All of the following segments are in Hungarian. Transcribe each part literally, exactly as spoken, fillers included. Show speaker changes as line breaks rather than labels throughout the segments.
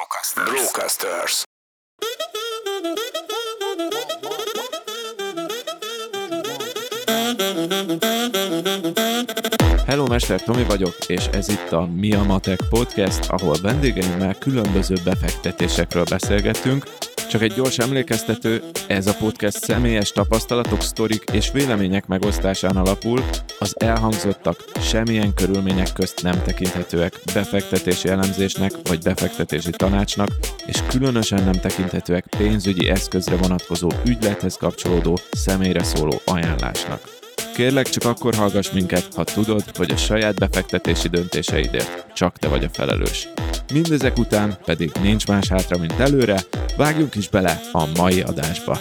Brocasters. Brocasters.
Hello, Mester Tomi vagyok, és ez itt a Mi a Matek Podcast, ahol vendégeimmel különböző befektetésekről beszélgetünk. Csak egy gyors emlékeztető, ez a podcast személyes tapasztalatok, sztorik és vélemények megosztásán alapul, az elhangzottak semmilyen körülmények közt nem tekinthetőek befektetési elemzésnek vagy befektetési tanácsnak, és különösen nem tekinthetőek pénzügyi eszközre vonatkozó ügylethez kapcsolódó személyre szóló ajánlásnak. Kérlek, csak akkor hallgass minket, ha tudod, hogy a saját befektetési döntéseidért csak te vagy a felelős. Mindezek után pedig nincs más hátra, mint előre, vágjunk is bele a mai adásba.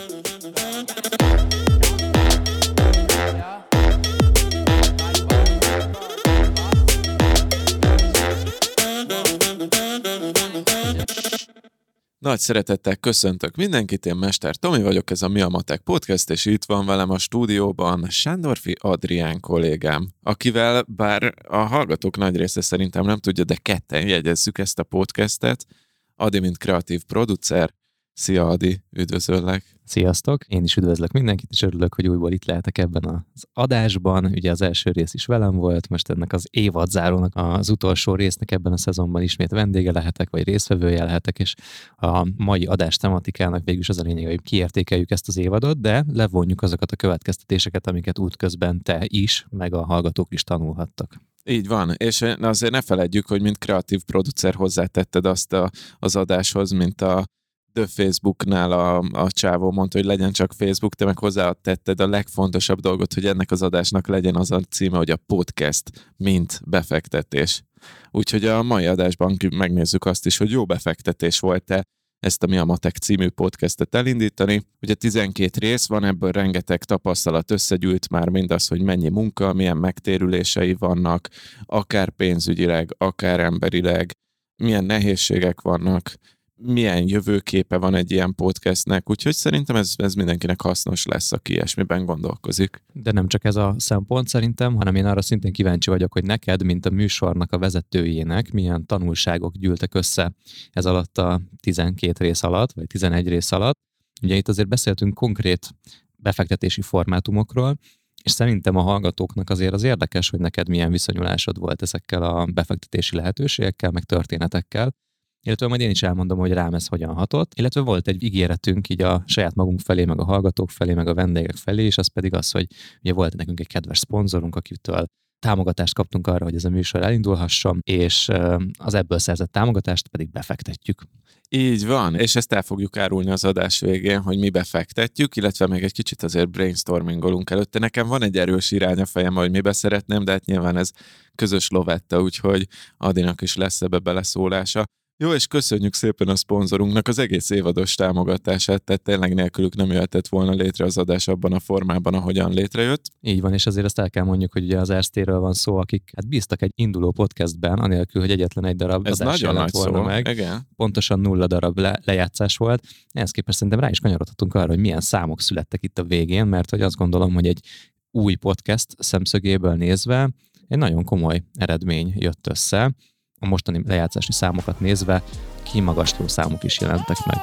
Nagy szeretettel köszöntök mindenkit, én Mester Tomi vagyok, ez a Mi a Matek Podcast, és itt van velem a stúdióban Sándorfi Adrián kollégám, akivel bár a hallgatók nagy része szerintem nem tudja, de ketten jegyezzük ezt a podcastet. Adi, mint kreatív producer. Szia Adi, üdvözöllek!
Sziasztok! Én is üdvözlök mindenkit, és örülök, hogy újból itt lehetek ebben az adásban. Ugye az első rész is velem volt, most ennek az évadzárónak, az utolsó résznek ebben a szezonban ismét vendége lehetek, vagy résztvevője lehetek, és a mai adás tematikának végül is az a lényeg, hogy kiértékeljük ezt az évadot, de levonjuk azokat a következtetéseket, amiket útközben te is, meg a hallgatók is tanulhattak.
Így van, és azért ne feledjük, hogy mint kreatív producer hozzátetted azt a, az adáshoz, mint a The Facebooknál a, a csávó mondta, hogy legyen csak Facebook, te meg hozzátetted a legfontosabb dolgot, hogy ennek az adásnak legyen az a címe, hogy a podcast, mint befektetés. Úgyhogy a mai adásban megnézzük azt is, hogy jó befektetés volt-e ezt a Mi a Matek című podcastet elindítani. Ugye tizenkét rész van, ebből rengeteg tapasztalat összegyűlt már, mindaz, hogy mennyi munka, milyen megtérülései vannak, akár pénzügyileg, akár emberileg, milyen nehézségek vannak, milyen jövőképe van egy ilyen podcastnek, úgyhogy szerintem ez, ez mindenkinek hasznos lesz, aki ilyesmiben gondolkozik.
De nem csak ez a szempont szerintem, hanem én arra szintén kíváncsi vagyok, hogy neked, mint a műsornak a vezetőjének, milyen tanulságok gyűltek össze ez alatt a tizenkét rész alatt, vagy tizenegy rész alatt. Ugye itt azért beszéltünk konkrét befektetési formátumokról, és szerintem a hallgatóknak azért az érdekes, hogy neked milyen viszonyulásod volt ezekkel a befektetési lehetőségekkel, meg történetekkel. Illetve majd én is elmondom, hogy rám ez hogyan hatott. Illetve volt egy ígéretünk így a saját magunk felé, meg a hallgatók felé, meg a vendégek felé, és az pedig az, hogy ugye volt nekünk egy kedves szponzorunk, akitől támogatást kaptunk arra, hogy ez a műsor elindulhasson, és az ebből szerzett támogatást pedig befektetjük.
Így van, és ezt el fogjuk árulni az adás végén, hogy mi befektetjük, illetve még egy kicsit azért brainstormingolunk előtte. Nekem van egy erős irány a fejem, hogy mibe szeretném, de hát nyilván ez közös lovetta, úgyhogy Adinak is lesz ebbe beleszólása. Jó, és köszönjük szépen a szponzorunknak az egész évados támogatását, tehát tényleg nélkülük nem jöhetett volna létre az adás abban a formában, ahogyan létrejött.
Így van, és azért azt el kell mondjuk, hogy ugye az Erztéről van szó, akik hát bíztak egy induló podcastben, anélkül, hogy egyetlen egy darab
ez
adás jelent volna
szó.
meg.
Igen.
Pontosan nulla darab le- lejátszás volt. Ehhez képest szerintem rá is kanyarodhatunk arra, hogy milyen számok születtek itt a végén, mert hogy azt gondolom, hogy egy új podcast szemszögéből nézve egy nagyon komoly eredmény jött össze. A mostani lejátszási számokat nézve kimagasló számok is jelentek meg.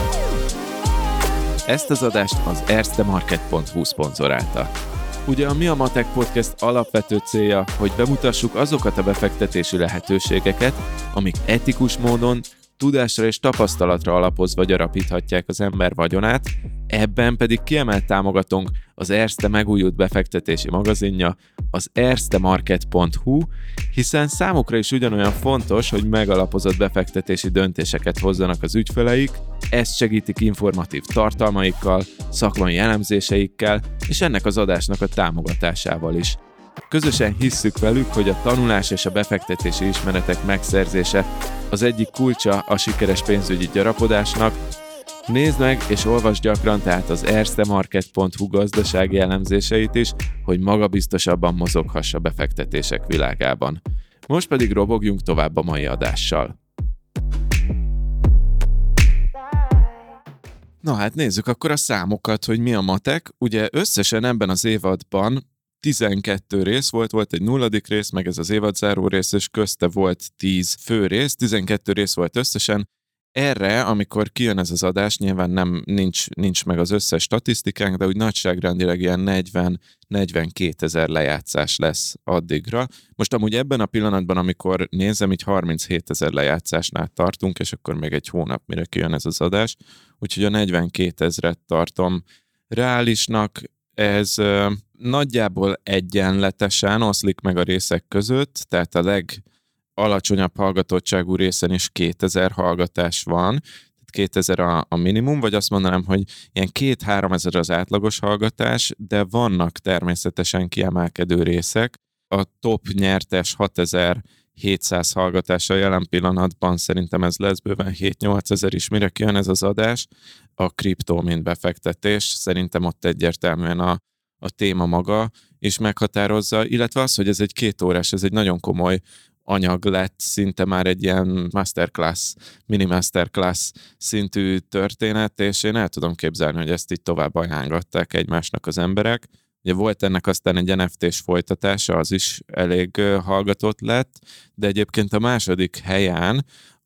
Ezt az adást az erstemarket pont hu szponzorálta. Ugye a Mi a Matek Podcast alapvető célja, hogy bemutassuk azokat a befektetési lehetőségeket, amik etikus módon, tudásra és tapasztalatra alapozva gyarapíthatják az ember vagyonát, ebben pedig kiemelt támogatónk az Erste megújult befektetési magazinja, az erstemarket pont hu, hiszen számukra is ugyanolyan fontos, hogy megalapozott befektetési döntéseket hozzanak az ügyfeleik, ezt segítik informatív tartalmaikkal, szakmai elemzéseikkel, és ennek az adásnak a támogatásával is. Közösen hisszük velük, hogy a tanulás és a befektetési ismeretek megszerzése az egyik kulcsa a sikeres pénzügyi gyarapodásnak. Nézd meg és olvasd gyakran tehát az erstemarket pont hu gazdasági elemzéseit is, hogy magabiztosabban mozoghass a befektetések világában. Most pedig robogjunk tovább a mai adással. Na hát nézzük akkor a számokat, hogy mi a matek. Ugye összesen ebben az évadban tizenkét rész volt, volt egy nulladik rész, meg ez az évadzáró rész, és közte volt tíz fő rész, tizenkét rész volt összesen. Erre, amikor kijön ez az adás, nyilván nem, nincs, nincs meg az összes statisztikánk, de úgy nagyságrendileg ilyen negyven-negyvenkétezer lejátszás lesz addigra. Most amúgy ebben a pillanatban, amikor nézem, így harminchétezer lejátszásnál tartunk, és akkor még egy hónap, mire kijön ez az adás. Úgyhogy a negyvenkétezret tartom reálisnak. Ez ö, nagyjából egyenletesen oszlik meg a részek között, tehát a leg alacsonyabb hallgatottságú részen is kétezer hallgatás van, tehát kétezer a, a minimum, vagy azt mondanám, hogy ilyen két-három ezer az átlagos hallgatás, de vannak természetesen kiemelkedő részek. A top nyertes hatezer-hétszáz hallgatása jelen pillanatban szerintem ez lesz bőven hét-nyolc ezer is, mire kijön ez az adás. A kriptó, mint befektetés, szerintem ott egyértelműen a, a téma maga is meghatározza, illetve az, hogy ez egy két órás, ez egy nagyon komoly anyag lett, szinte már egy ilyen masterclass, mini masterclass szintű történet, és én el tudom képzelni, hogy ezt így tovább ajánlották egymásnak az emberek. Ugye volt ennek aztán egy en ef té-s folytatása, az is elég hallgatott lett, de egyébként a második helyen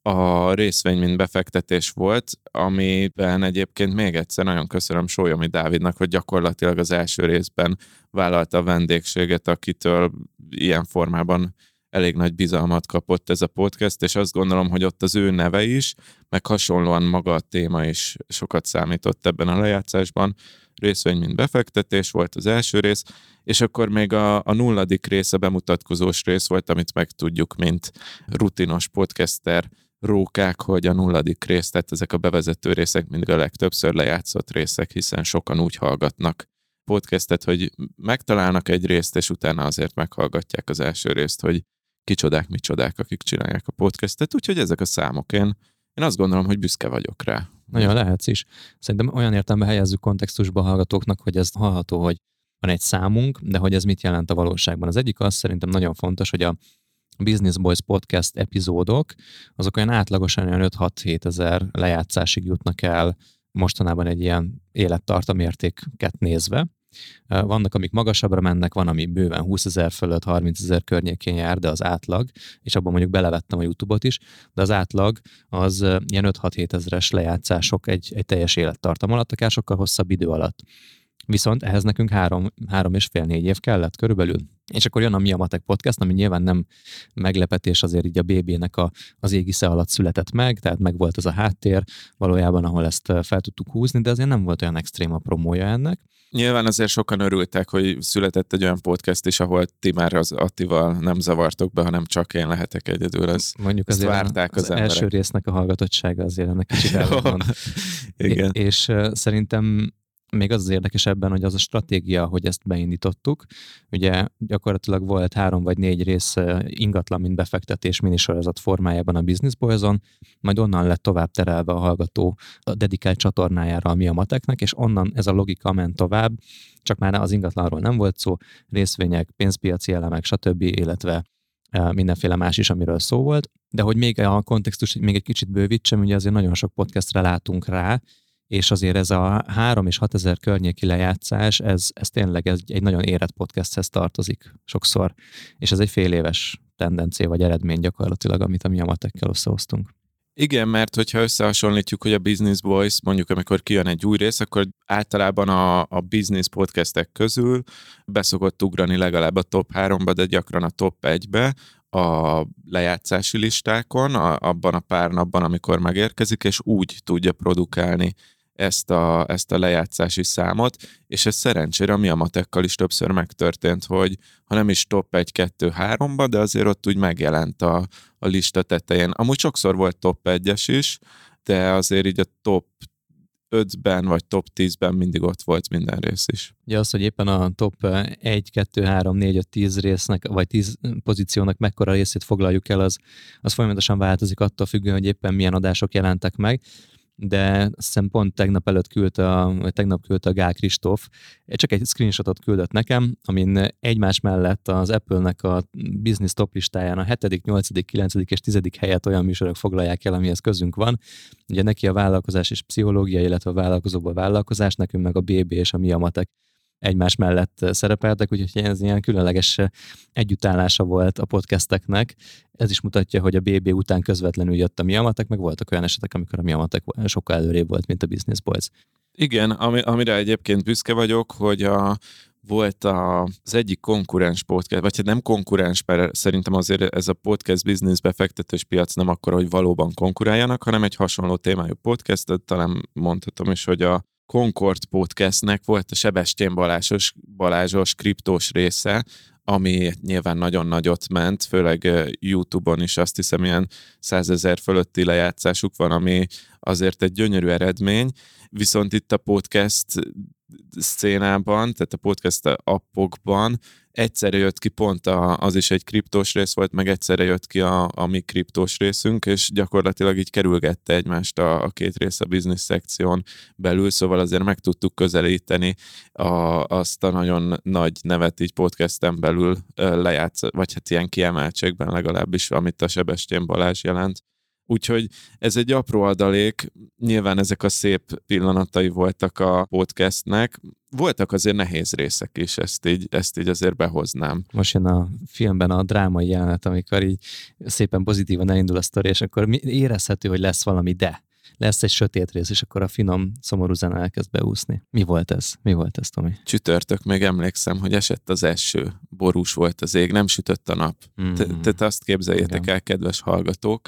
a részvény, mint befektetés volt, amiben egyébként még egyszer nagyon köszönöm Sólyomi Dávidnak, hogy gyakorlatilag az első részben vállalta a vendégséget, akitől ilyen formában elég nagy bizalmat kapott ez a podcast, és azt gondolom, hogy ott az ő neve is, meg hasonlóan maga a téma is sokat számított ebben a lejátszásban. Részvény, mint befektetés volt az első rész, és akkor még a, a nulladik rész, a bemutatkozós rész volt, amit megtudjuk, mint rutinos podcaster rókák, hogy a nulladik rész, tehát ezek a bevezető részek mindig a legtöbbször lejátszott részek, hiszen sokan úgy hallgatnak podcastet, hogy megtalálnak egy részt, és utána azért meghallgatják az első részt, hogy kicsodák, micsodák, akik csinálják a podcastet, úgyhogy ezek a számok, én, én azt gondolom, hogy büszke vagyok rá.
Nagyon lehetsz is. Szerintem olyan értelemben helyezzük kontextusba a hallgatóknak, hogy ez hallható, hogy van egy számunk, de hogy ez mit jelent a valóságban. Az egyik az szerintem nagyon fontos, hogy a Business Boys podcast epizódok, azok olyan átlagosan olyan öt-hat-hét ezer lejátszásig jutnak el mostanában egy ilyen élettartamértéket nézve. Vannak, amik magasabbra mennek, van, ami bőven húszezer fölött, harmincezer környékén jár, de az átlag, és abban mondjuk belevettem a YouTube-ot is, de az átlag az ilyen öt-hat-hét ezeres lejátszások egy, egy teljes élettartam alatt, akár sokkal hosszabb idő alatt. Viszont ehhez nekünk három, három és fél, négy év kellett körülbelül. És akkor jön a Mi a Matek podcast, ami nyilván nem meglepetés, azért így a bé bének a, az égisze alatt született meg, tehát meg volt az a háttér valójában, ahol ezt fel tudtuk húzni, de azért nem volt olyan extrém a promója ennek.
Nyilván azért sokan örültek, hogy született egy olyan podcast is, ahol ti már az Attival nem zavartok be, hanem csak én lehetek egyedül. Ez,
mondjuk azért várták az, az első résznek a hallgatottsága azért ennek kicsit elmond. Igen. É- és uh, szerintem még az az érdekes ebben, hogy az a stratégia, hogy ezt beindítottuk. Ugye gyakorlatilag volt három vagy négy rész ingatlan, mint befektetés minisorozat formájában a Business Boys-on, majd onnan lett tovább terelve a hallgató a dedikált csatornájára a Mi a Mateknek, és onnan ez a logika ment tovább, csak már az ingatlanról nem volt szó, részvények, pénzpiaci elemek, stb., illetve mindenféle más is, amiről szó volt, de hogy még a kontextus még egy kicsit bővítsem, ugye azért nagyon sok podcastre látunk rá, és azért ez a három és hat ezer környéki lejátszás, ez, ez tényleg ez egy nagyon érett podcasthez tartozik sokszor, és ez egy fél éves tendencia vagy eredmény gyakorlatilag, amit a Mi a Matekkel összehoztunk.
Igen, mert hogyha összehasonlítjuk, hogy a Business Boys, mondjuk amikor kijön egy új rész, akkor általában a, a business podcastek közül beszokott ugrani legalább a top háromba, de gyakran a top egybe, a lejátszási listákon, a, abban a pár napban, amikor megérkezik, és úgy tudja produkálni ezt a, ezt a lejátszási számot, és ez szerencsére a Mi a Matekkal is többször megtörtént, hogy ha nem is top egy, kettő, háromba, de azért ott úgy megjelent a, a lista tetején. Amúgy sokszor volt top egyes is, de azért így a top ötben vagy top tízben mindig ott volt minden rész is.
Ugye az, hogy éppen a top egy, kettő, három, négy, öt, tíz résznek, vagy tíz pozíciónak mekkora részét foglaljuk el, az, az folyamatosan változik attól függően, hogy éppen milyen adások jelentek meg, de azt hiszem pont tegnap előtt küldte, a, vagy tegnap küldte a Gál Kristóf, csak egy screenshotot küldött nekem, amin egymás mellett az Apple-nek a business top listáján a hetedik, nyolcadik, kilencedik és tizedik helyet olyan műsorok foglalják el, amihez közünk van. Ugye neki a vállalkozás és pszichológia, illetve a vállalkozóból vállalkozás, nekünk meg a bé bé és a Mi a Matek egymás mellett szerepeltek, úgyhogy ez ilyen különleges együttállása volt a podcasteknek. Ez is mutatja, hogy a bé bé után közvetlenül jött a Mi a Matek, meg voltak olyan esetek, amikor a Mi a Matek sokkal előrébb volt, mint a Business Boys.
Igen, ami, amire egyébként büszke vagyok, hogy a volt a, az egyik konkurens podcast, vagy hát nem konkurens, mert szerintem azért ez a podcast business befektetős piac nem akkora, hogy valóban konkuráljanak, hanem egy hasonló témájú podcast, talán mondhatom is, hogy a Concord podcastnek volt a Sebestyén Balázsos, Balázsos kriptós része, ami nyilván nagyon nagyot ment, főleg YouTube-on is azt hiszem ilyen százezer fölötti lejátszásuk van, ami azért egy gyönyörű eredmény, viszont itt a podcast szcénában, tehát a podcast appokban egyszerre jött ki pont a, az is egy kriptós rész volt, meg egyszerre jött ki a, a mi kriptós részünk, és gyakorlatilag így kerülgette egymást a, a két rész a business szekción belül, szóval azért meg tudtuk közelíteni a, azt a nagyon nagy nevet így podcasten belül lejátsz, vagy hát ilyen kiemeltségben legalábbis, amit a Sebestyén Balázs jelent. Úgyhogy ez egy apró adalék, nyilván ezek a szép pillanatai voltak a podcastnek, voltak azért nehéz részek is, ezt így, ezt így azért behoznám.
Most jön a filmben a drámai jelenet, amikor így szépen pozitívan elindul a sztori, és akkor érezhető, hogy lesz valami, de lesz egy sötét rész, és akkor a finom, szomorú zene elkezd beúszni. Mi volt ez? Mi volt ez, Tomi?
Csütörtök, még emlékszem, hogy esett az eső, borús volt az ég, nem sütött a nap. Mm. Tehát azt képzeljétek el, kedves hallgatók,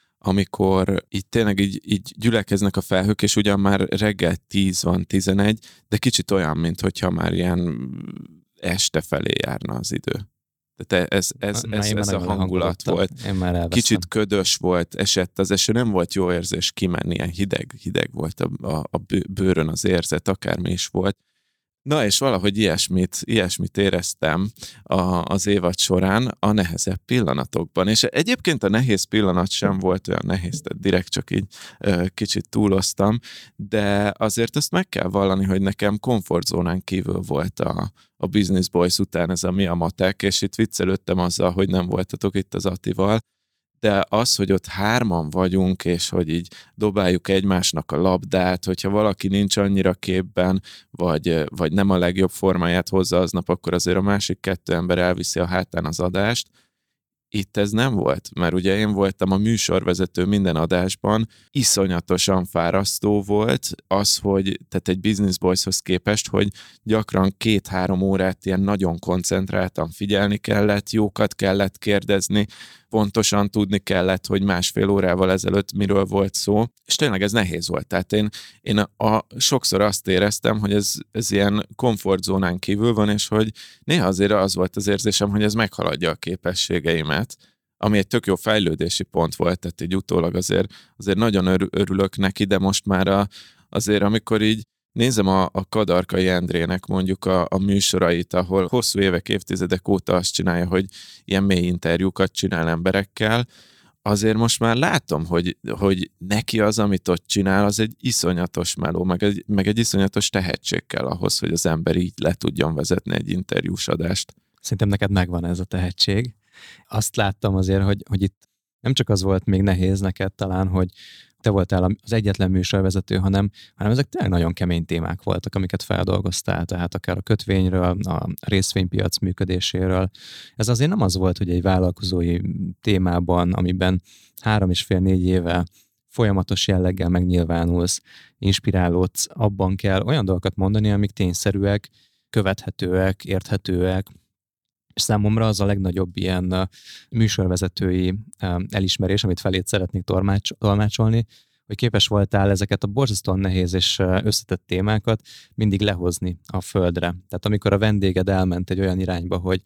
amikor így tényleg így, így gyülekeznek a felhők, és ugyan már reggel tíz van, tizenegy, de kicsit olyan, mint hogyha már ilyen este felé járna az idő. Tehát ez, ez, ez, ez, ez a hangulat volt. Kicsit ködös volt, esett az eső, nem volt jó érzés kimenni, ilyen hideg, hideg volt a, a, a bőrön az érzet, akármi is volt. Na és valahogy ilyesmit, ilyesmit éreztem a, az évad során a nehezebb pillanatokban. És egyébként a nehéz pillanat sem volt olyan nehéz, tehát direkt csak így ö, kicsit túloztam, de azért azt meg kell vallani, hogy nekem komfortzónán kívül volt a, a Business Boys után ez a Mi a Matek, és itt viccelődtem azzal, hogy nem voltatok itt az Attival, de az, hogy ott hárman vagyunk, és hogy így dobáljuk egymásnak a labdát, hogyha valaki nincs annyira képben, vagy, vagy nem a legjobb formáját hozza aznap, akkor azért a másik kettő ember elviszi a hátán az adást. Itt ez nem volt, mert ugye én voltam a műsorvezető minden adásban, iszonyatosan fárasztó volt az, hogy, tehát egy Business Boyshoz képest, hogy gyakran két-három órát ilyen nagyon koncentráltan figyelni kellett, jókat kellett kérdezni, pontosan tudni kellett, hogy másfél órával ezelőtt miről volt szó, és tényleg ez nehéz volt. Tehát én, én a, a, sokszor azt éreztem, hogy ez, ez ilyen komfortzónán kívül van, és hogy néha azért az volt az érzésem, hogy ez meghaladja a képességeimet, ami egy tök jó fejlődési pont volt, tehát így utólag azért, azért nagyon örülök neki, de most már a, azért, amikor így nézem a, a Kadarkai Endrének mondjuk a, a műsorait, ahol hosszú évek, évtizedek óta azt csinálja, hogy ilyen mély interjúkat csinál emberekkel, azért most már látom, hogy, hogy neki az, amit ott csinál, az egy iszonyatos meló, meg egy, meg egy iszonyatos tehetség kell ahhoz, hogy az ember így le tudjon vezetni egy interjús adást.
Szerintem neked megvan ez a tehetség. Azt láttam azért, hogy, hogy itt nem csak az volt még nehéz neked talán, hogy te voltál az egyetlen műsorvezető, hanem, hanem ezek tényleg nagyon kemény témák voltak, amiket feldolgoztál, tehát akár a kötvényről, a részvénypiac működéséről. Ez azért nem az volt, hogy egy vállalkozói témában, amiben három és fél négy éve folyamatos jelleggel megnyilvánulsz, inspirálódsz, abban kell olyan dolgokat mondani, amik tényszerűek, követhetőek, érthetőek, és számomra az a legnagyobb ilyen műsorvezetői elismerés, amit felét szeretnék tormács, tolmácsolni, hogy képes voltál ezeket a borzasztóan nehéz és összetett témákat mindig lehozni a földre. Tehát amikor a vendéged elment egy olyan irányba, hogy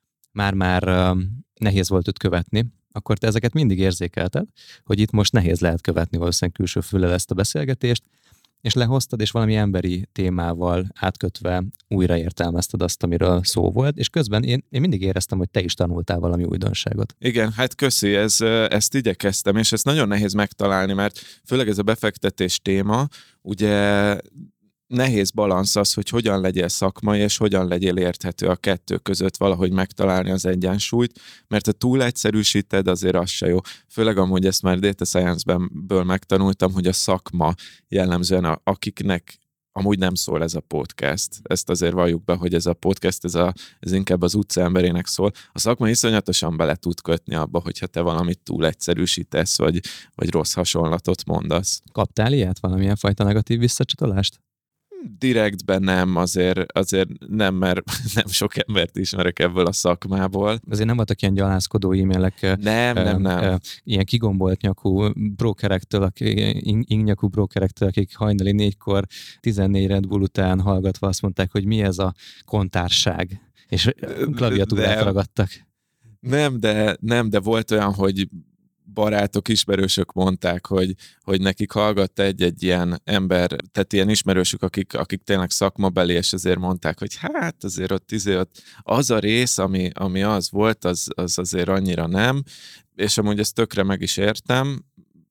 már-már nehéz volt őt követni, akkor te ezeket mindig érzékelted, hogy itt most nehéz lehet követni valószínűleg külső füllel ezt a beszélgetést, és lehoztad, és valami emberi témával átkötve újraértelmezted azt, amiről szó volt, és közben én, én mindig éreztem, hogy te is tanultál valami újdonságot.
Igen, hát köszi, ez, ezt igyekeztem, és ezt nagyon nehéz megtalálni, mert főleg ez a befektetés téma, ugye nehéz balansz az, hogy hogyan legyél szakmai, és hogyan legyél érthető a kettő között, valahogy megtalálni az egyensúlyt, mert ha túl egyszerűsíted, azért az se jó. Főleg amúgy ezt már Data Science-ből megtanultam, hogy a szakma jellemzően a, akiknek amúgy nem szól ez a podcast. Ezt azért valljuk be, hogy ez a podcast, ez, a, ez inkább az utca emberének szól. A szakma iszonyatosan bele tud kötni abba, hogyha te valamit túl egyszerűsítesz, vagy, vagy rossz hasonlatot mondasz.
Kaptál ilyet, valamilyen fajta negatív visszacsatolást?
Direktben nem, azért, azért nem, mert nem sok embert ismerek ebből a szakmából.
Azért nem voltak ilyen gyalázkodó e-mailek,
nem, nem, nem.
ilyen kigombolt nyakú brókerektől, ingnyakú brókerektől, akik hajnali négykor tizennégy Red Bull után hallgatva azt mondták, hogy mi ez a kontárság, és klaviatúrát ragadtak.
Nem, de, nem, de volt olyan, hogy barátok, ismerősök mondták, hogy, hogy nekik hallgatta egy-egy ilyen ember, tehát ilyen ismerősök, akik, akik tényleg szakmabeli, és azért mondták, hogy hát azért ott, azért ott az a rész, ami, ami az volt, az, az azért annyira nem, és amúgy ezt tökre meg is értem.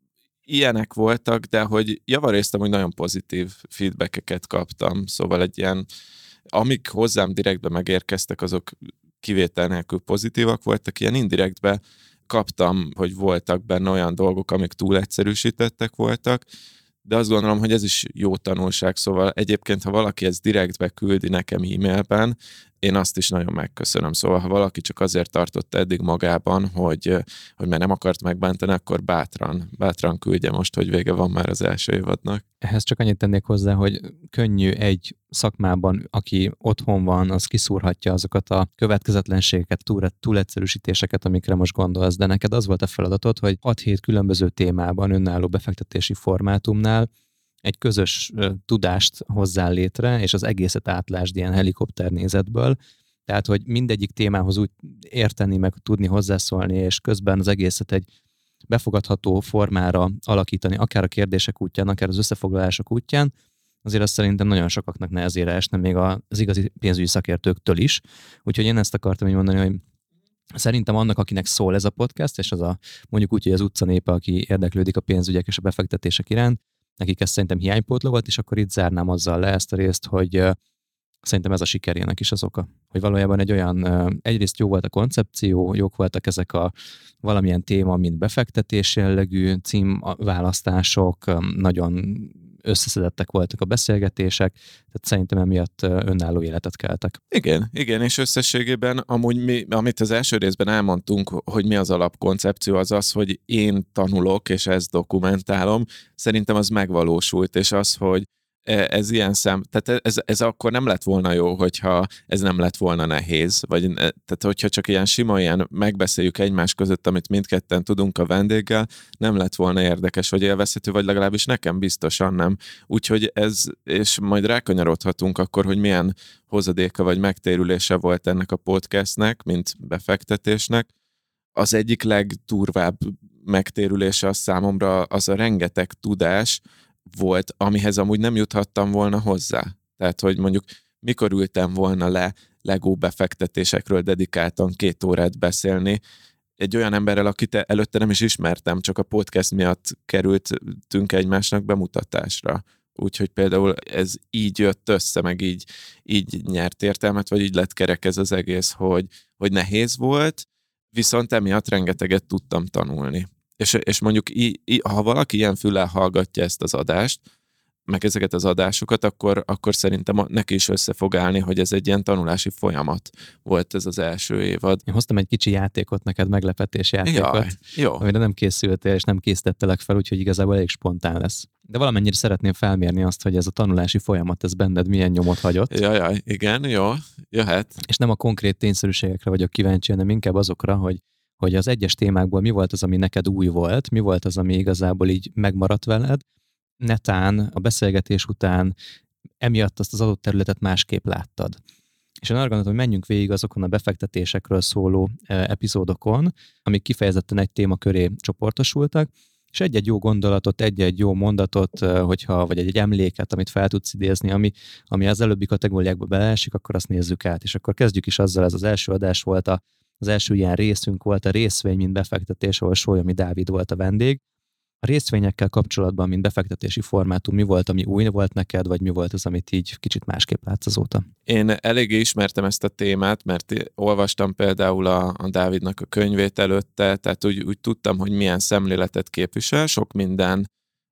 Ilyenek voltak, de hogy javarésztem, hogy nagyon pozitív feedbackeket kaptam, szóval egy ilyen, amik hozzám direktbe megérkeztek, azok kivétel nélkül pozitívak voltak, ilyen indirektbe kaptam, hogy voltak benne olyan dolgok, amik túl egyszerűsítettek voltak, de azt gondolom, hogy ez is jó tanulság, szóval egyébként, ha valaki ezt direktbe küldi nekem e-mailben, én azt is nagyon megköszönöm. Szóval, ha valaki csak azért tartotta eddig magában, hogy, hogy már nem akart megbántani, akkor bátran, bátran küldje most, hogy vége van már az első évadnak.
Ehhez csak annyit tennék hozzá, hogy könnyű egy szakmában, aki otthon van, az kiszúrhatja azokat a következetlenségeket, túl, túlegyszerűsítéseket, amikre most gondolsz, de neked az volt a feladatod, hogy hat-hét különböző témában, önálló befektetési formátumnál egy közös uh, tudást hozzál létre, és az egészet átlásd ilyen helikopternézetből. Tehát, hogy mindegyik témához úgy érteni, meg tudni hozzászólni, és közben az egészet egy befogadható formára alakítani, akár a kérdések útján, akár az összefoglalások útján, azért azt szerintem nagyon sokaknak nehezére esne, még az igazi pénzügyi szakértőktől is. Úgyhogy én ezt akartam így mondani, hogy szerintem annak, akinek szól ez a podcast, és az a mondjuk úgy, hogy az utcanépe, aki érdeklődik a pénzügyek és a befektetések iránt, nekik ez szerintem hiánypótló volt, és akkor itt zárnám azzal le ezt a részt, hogy uh, szerintem ez a sikerének is az oka. Hogy valójában egy olyan, uh, egyrészt jó volt a koncepció, jók voltak ezek a valamilyen téma, mint befektetés jellegű címválasztások, um, nagyon összeszedettek voltak a beszélgetések, tehát szerintem emiatt önálló életet keltek.
Igen, igen, és összességében amúgy mi, amit az első részben elmondtunk, hogy mi az alapkoncepció, az az, hogy én tanulok, és ezt dokumentálom, szerintem az megvalósult, és az, hogy ez ilyen szem, tehát ez, ez akkor nem lett volna jó, hogyha ez nem lett volna nehéz, vagy tehát hogyha csak ilyen sima, ilyen megbeszéljük egymás között, amit mindketten tudunk a vendéggel, nem lett volna érdekes, vagy élvezhető, vagy legalábbis nekem biztosan nem. Úgyhogy ez, és majd rákanyarodhatunk akkor, hogy milyen hozadéka vagy megtérülése volt ennek a podcastnek, mint befektetésnek. Az egyik legdurvább megtérülése az számomra az a rengeteg tudás volt, amihez amúgy nem juthattam volna hozzá. Tehát, hogy mondjuk mikor ültem volna le Lego befektetésekről dedikáltan két órát beszélni egy olyan emberrel, akit előtte nem is ismertem, csak a podcast miatt kerültünk egymásnak bemutatásra. Úgyhogy például ez így jött össze, meg így, így nyert értelmet, vagy így lett kerek ez az egész, hogy, hogy nehéz volt, viszont emiatt rengeteget tudtam tanulni. És, és mondjuk, í, í, ha valaki ilyen füllel hallgatja ezt az adást, meg ezeket az adásokat, akkor, akkor szerintem neki is össze fog állni, hogy ez egy ilyen tanulási folyamat volt ez az első évad.
Én hoztam egy kicsi játékot neked, meglepetés játékot,
Jaj, jó.
amire nem készültél, és nem készítettelek fel, úgyhogy igazából elég spontán lesz. De valamennyire szeretném felmérni azt, hogy ez a tanulási folyamat, ez benned milyen nyomot hagyott.
Jaj, igen, jó, jöhet.
És nem a konkrét tényszerűségekre vagyok kíváncsi, hanem inkább azokra, hogy hogy az egyes témákból mi volt az, ami neked új volt, mi volt az, ami igazából így megmaradt veled, netán a beszélgetés után emiatt azt az adott területet másképp láttad. És én arra gondoltam, hogy menjünk végig azokon a befektetésekről szóló epizódokon, amik kifejezetten egy téma köré csoportosultak, és egy-egy jó gondolatot, egy-egy jó mondatot, hogyha, vagy egy-egy emléket, amit fel tudsz idézni, ami, ami az előbbi kategóriákba beleesik, akkor azt nézzük át. És akkor kezdjük is azzal, ez az első adás volt a Az első ilyen részünk volt a részvény, mint befektetés, ahol Sólyom Dávid volt a vendég. A részvényekkel kapcsolatban, mint befektetési formátum, mi volt, ami új volt neked, vagy mi volt az, amit így kicsit másképp látsz azóta?
Én eléggé ismertem ezt a témát, mert olvastam például a, a Dávidnak a könyvét előtte, tehát úgy, úgy tudtam, hogy milyen szemléletet képvisel, sok minden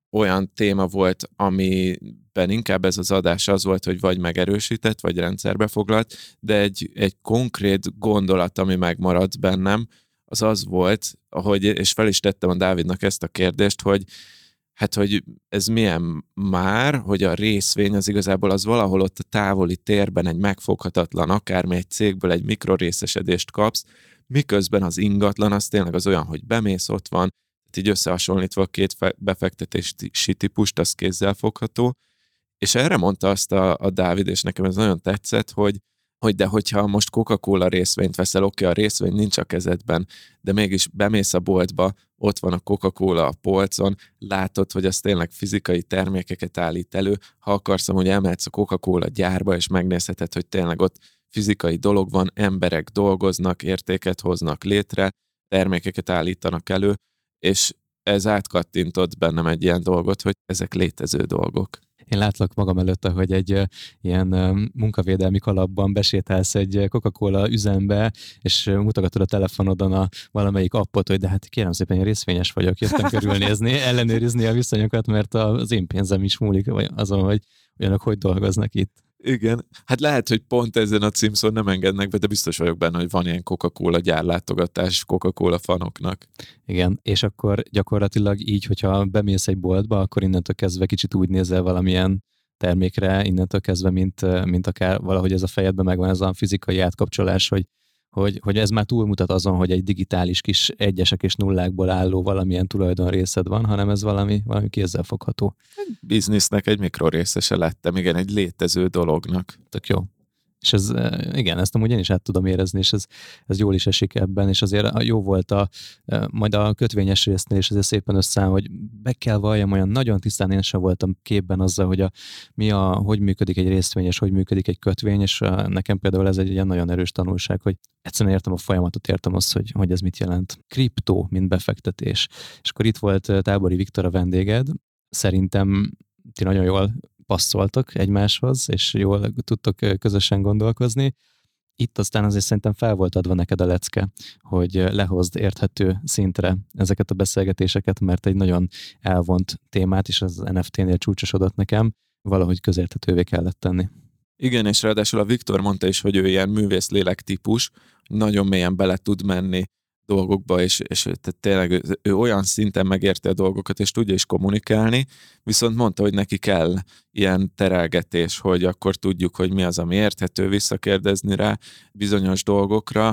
olyan téma volt, amiben inkább ez az adás az volt, hogy vagy megerősített, vagy rendszerbe foglalt, de egy, egy konkrét gondolat, ami megmaradt bennem, az az volt, hogy, és fel is tettem a Dávidnak ezt a kérdést, hogy hát, hogy ez milyen már, hogy a részvény az igazából az valahol ott a távoli térben egy megfoghatatlan, akármi egy cégből egy mikrorészesedést kapsz, miközben az ingatlan az tényleg az olyan, hogy bemész, ott van, így összehasonlítva a két befektetési típust, az kézzelfogható. És erre mondta azt a, a Dávid, és nekem ez nagyon tetszett, hogy, hogy de hogyha most Coca-Cola részvényt veszel, oké, okay, a részvény nincs a kezedben, de mégis bemész a boltba, ott van a Coca-Cola a polcon, látod, hogy az tényleg fizikai termékeket állít elő, ha akarsz, hogy elmehetsz a Coca-Cola gyárba, és megnézheted, hogy tényleg ott fizikai dolog van, emberek dolgoznak, értéket hoznak létre, termékeket állítanak elő, és ez átkattintott bennem egy ilyen dolgot, hogy ezek létező dolgok.
Én látlak magam előtt, hogy egy uh, ilyen uh, munkavédelmi kalapban besétálsz egy Coca-Cola üzembe, és uh, mutogatod a telefonodon a valamelyik appot, hogy de hát kérem szépen, én részvényes vagyok, jöttem körülnézni, ellenőrizni a viszonyokat, mert az én pénzem is múlik azon, hogy olyanok hogy dolgoznak itt.
Igen, hát lehet, hogy pont ezen a címszón nem engednek be, de biztos vagyok benne, hogy van ilyen Coca-Cola gyárlátogatás Coca-Cola fanoknak.
Igen, és akkor gyakorlatilag így, hogyha bemész egy boltba, akkor innentől kezdve kicsit úgy nézel valamilyen termékre, innentől kezdve, mint, mint akár valahogy ez a fejedben megvan ez a fizikai átkapcsolás, hogy Hogy, hogy ez már túlmutat azon, hogy egy digitális kis egyesek és nullákból álló valamilyen tulajdonrészed van, hanem ez valami, valami kézzelfogható.
Biznisznek egy mikrorészese lettem, igen, egy létező dolognak.
Tök jó. És ez, igen, ezt amúgy én is át tudom érezni, és ez, ez jól is esik ebben, és azért jó volt a, majd a kötvényes résznél is azért szépen összeáll, hogy be kell valljam, olyan nagyon tisztán én sem voltam képben azzal, hogy a, mi a, hogy működik egy részvény, és hogy működik egy kötvény, és a, nekem például ez egy ilyen nagyon erős tanulság, hogy egyszerűen értem a folyamatot, értem azt, hogy, hogy ez mit jelent. Kriptó, mint befektetés. És akkor itt volt Tábori Viktor a vendéged, szerintem ti nagyon jól passzoltok egymáshoz, és jól tudtok közösen gondolkozni. Itt aztán azért szerintem fel volt adva neked a lecke, hogy lehozd érthető szintre ezeket a beszélgetéseket, mert egy nagyon elvont témát, és az en ef té-nél csúcsosodott nekem, valahogy közérthetővé kellett tenni.
Igen, és ráadásul a Viktor mondta is, hogy ő ilyen művészlélek típus, nagyon mélyen bele tud menni dolgokba, és, és tehát tényleg ő, ő olyan szinten megérti a dolgokat, és tudja is kommunikálni, viszont mondta, hogy neki kell ilyen terelgetés, hogy akkor tudjuk, hogy mi az, ami érthető, visszakérdezni rá bizonyos dolgokra,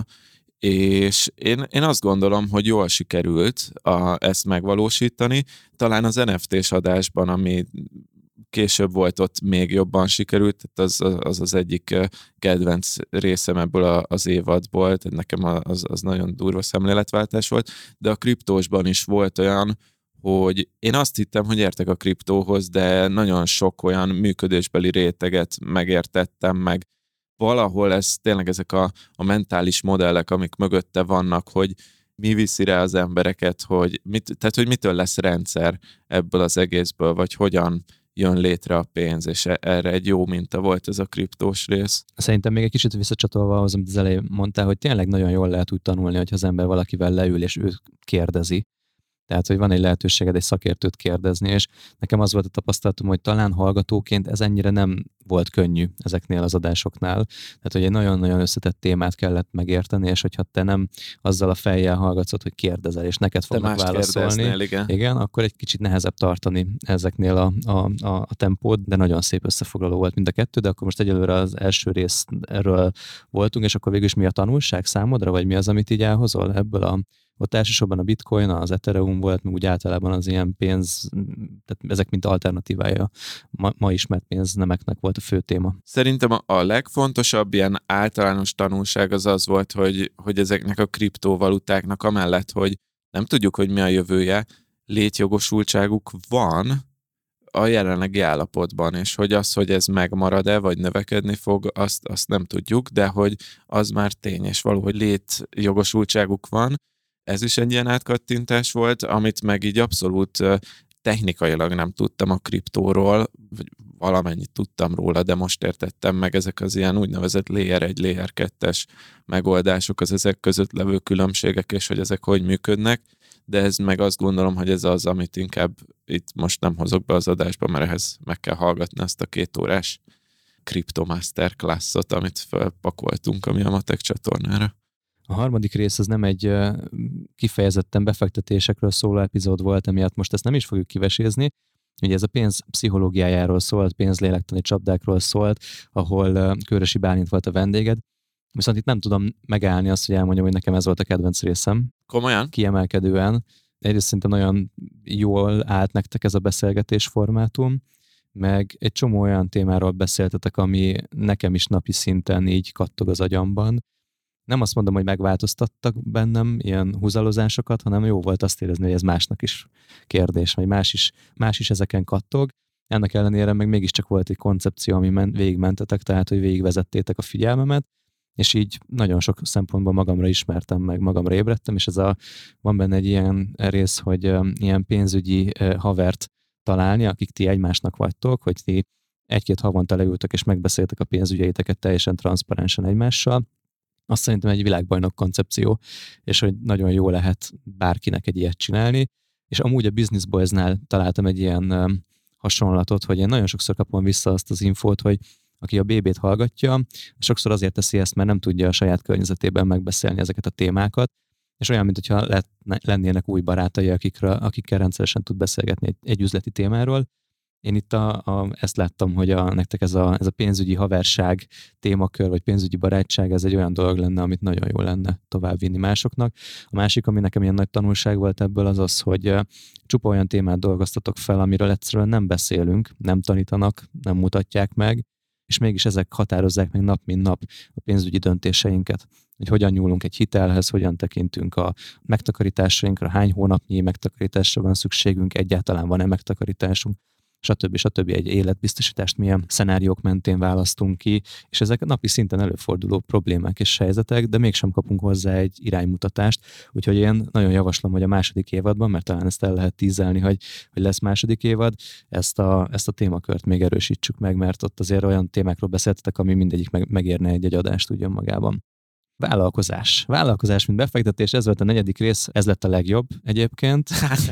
és én, én azt gondolom, hogy jól sikerült a, ezt megvalósítani, talán az en ef té-s adásban, ami később volt, ott még jobban sikerült, tehát az az, az egyik kedvenc részem ebből a, az évadból, tehát nekem az, az nagyon durva szemléletváltás volt, de a kriptósban is volt olyan, hogy én azt hittem, hogy értek a kriptóhoz, de nagyon sok olyan működésbeli réteget megértettem, meg valahol ez tényleg ezek a, a mentális modellek, amik mögötte vannak, hogy mi viszi rá az embereket, hogy mit, tehát hogy mitől lesz rendszer ebből az egészből, vagy hogyan jön létre a pénz, és erre egy jó minta volt ez a kriptós rész.
Szerintem még egy kicsit visszacsatolva ahhoz, amit az elején mondtál, hogy tényleg nagyon jól lehet úgy tanulni, hogy az ember valakivel leül, és ő kérdezi. Tehát, hogy van egy lehetőséged egy szakértőt kérdezni, és nekem az volt a tapasztalatom, hogy talán hallgatóként ez ennyire nem volt könnyű ezeknél az adásoknál. Tehát, hogy egy nagyon-nagyon összetett témát kellett megérteni, és hogyha te nem azzal a fejjel hallgatszod, hogy kérdezel, és neked fognak válaszolni,
igen.
igen, akkor egy kicsit nehezebb tartani ezeknél a, a, a, a tempót, de nagyon szép összefoglaló volt mind a kettő, de akkor most egyelőre az első részről voltunk, és akkor végül is mi a tanulság számodra, vagy mi az, amit így elhozol ebből a Ott elsősorban a bitcoin, az Ethereum volt, meg úgy általában az ilyen pénz, tehát ezek mint alternatívája ma, ma ismert pénznemeknek volt a fő téma.
Szerintem a, a legfontosabb ilyen általános tanulság az az volt, hogy, hogy ezeknek a kriptovalutáknak amellett, hogy nem tudjuk, hogy mi a jövője, létjogosultságuk van a jelenlegi állapotban, és hogy az, hogy ez megmarad-e, vagy növekedni fog, azt, azt nem tudjuk, de hogy az már tény, és valahogy létjogosultságuk van. Ez is egy ilyen átkattintás volt, amit meg így abszolút technikailag nem tudtam a kriptóról, vagy valamennyit tudtam róla, de most értettem meg ezek az ilyen úgynevezett layer egy, layer kettes megoldások, az ezek között levő különbségek, és hogy ezek hogy működnek, de ez meg azt gondolom, hogy ez az, amit inkább itt most nem hozok be az adásba, mert ehhez meg kell hallgatni azt a két órás Crypto Masterclass-ot, amit felpakoltunk a Mi a Matek csatornára.
A harmadik rész az nem egy kifejezetten befektetésekről szóló epizód volt, emiatt most ezt nem is fogjuk kivesézni. Ugye ez a pénz pszichológiájáról szólt, pénzlélektani csapdákról szólt, ahol Kőrösi Bálint volt a vendéged. Viszont itt nem tudom megállni azt, hogy elmondjam, hogy nekem ez volt a kedvenc részem.
Komolyan?
Kiemelkedően. Egyrészt szerintem nagyon jól állt nektek ez a beszélgetés formátum, meg egy csomó olyan témáról beszéltetek, ami nekem is napi szinten így kattog az agyamban. Nem azt mondom, hogy megváltoztattak bennem ilyen húzalozásokat, hanem jó volt azt érezni, hogy ez másnak is kérdés, vagy más is, más is ezeken kattog. Ennek ellenére meg mégiscsak volt egy koncepció, ami men, végigmentetek, tehát hogy végigvezettétek a figyelmemet, és így nagyon sok szempontból magamra ismertem, meg magamra ébredtem, és ez a, van benne egy ilyen rész, hogy um, ilyen pénzügyi uh, havert találni, akik ti egymásnak vagytok, hogy ti egy-két havonta leültök és megbeszéltek a pénzügyeiteket teljesen transzparensen egymással. Azt szerintem egy világbajnok koncepció, és hogy nagyon jó lehet bárkinek egy ilyet csinálni. És amúgy a Business Boys-nál találtam egy ilyen um, hasonlatot, hogy én nagyon sokszor kapom vissza azt az infót, hogy aki a bé bét hallgatja, sokszor azért teszi ezt, mert nem tudja a saját környezetében megbeszélni ezeket a témákat, és olyan, mintha lett, lennének új barátai, akikről, akikkel rendszeresen tud beszélgetni egy, egy üzleti témáról. Én itt a, a, ezt láttam, hogy a, nektek ez a, ez a pénzügyi haverság témakör, vagy pénzügyi barátság, ez egy olyan dolog lenne, amit nagyon jó lenne továbbvinni másoknak. A másik, ami nekem ilyen nagy tanulság volt ebből, az az, hogy csupa olyan témát dolgoztatok fel, amiről egyszerűen nem beszélünk, nem tanítanak, nem mutatják meg, és mégis ezek határozzák meg nap mint nap a pénzügyi döntéseinket. Hogy hogyan nyúlunk egy hitelhez, hogyan tekintünk a megtakarításainkra, hány hónapnyi megtakarításra van szükségünk, egyáltalán van-e megtakarításunk, stb. stb. Egy életbiztosítást milyen szenáriók mentén választunk ki, és ezek napi szinten előforduló problémák és helyzetek, de mégsem kapunk hozzá egy iránymutatást, úgyhogy én nagyon javaslom, hogy a második évadban, mert talán ezt el lehet tízelni, hogy, hogy lesz második évad, ezt a, ezt a témakört még erősítsük meg, mert ott azért olyan témákról beszéltetek, ami mindegyik meg, megérne egy-egy adást ugyan magában. Vállalkozás. Vállalkozás, mint befektetés, ez volt a negyedik rész, ez lett a legjobb egyébként.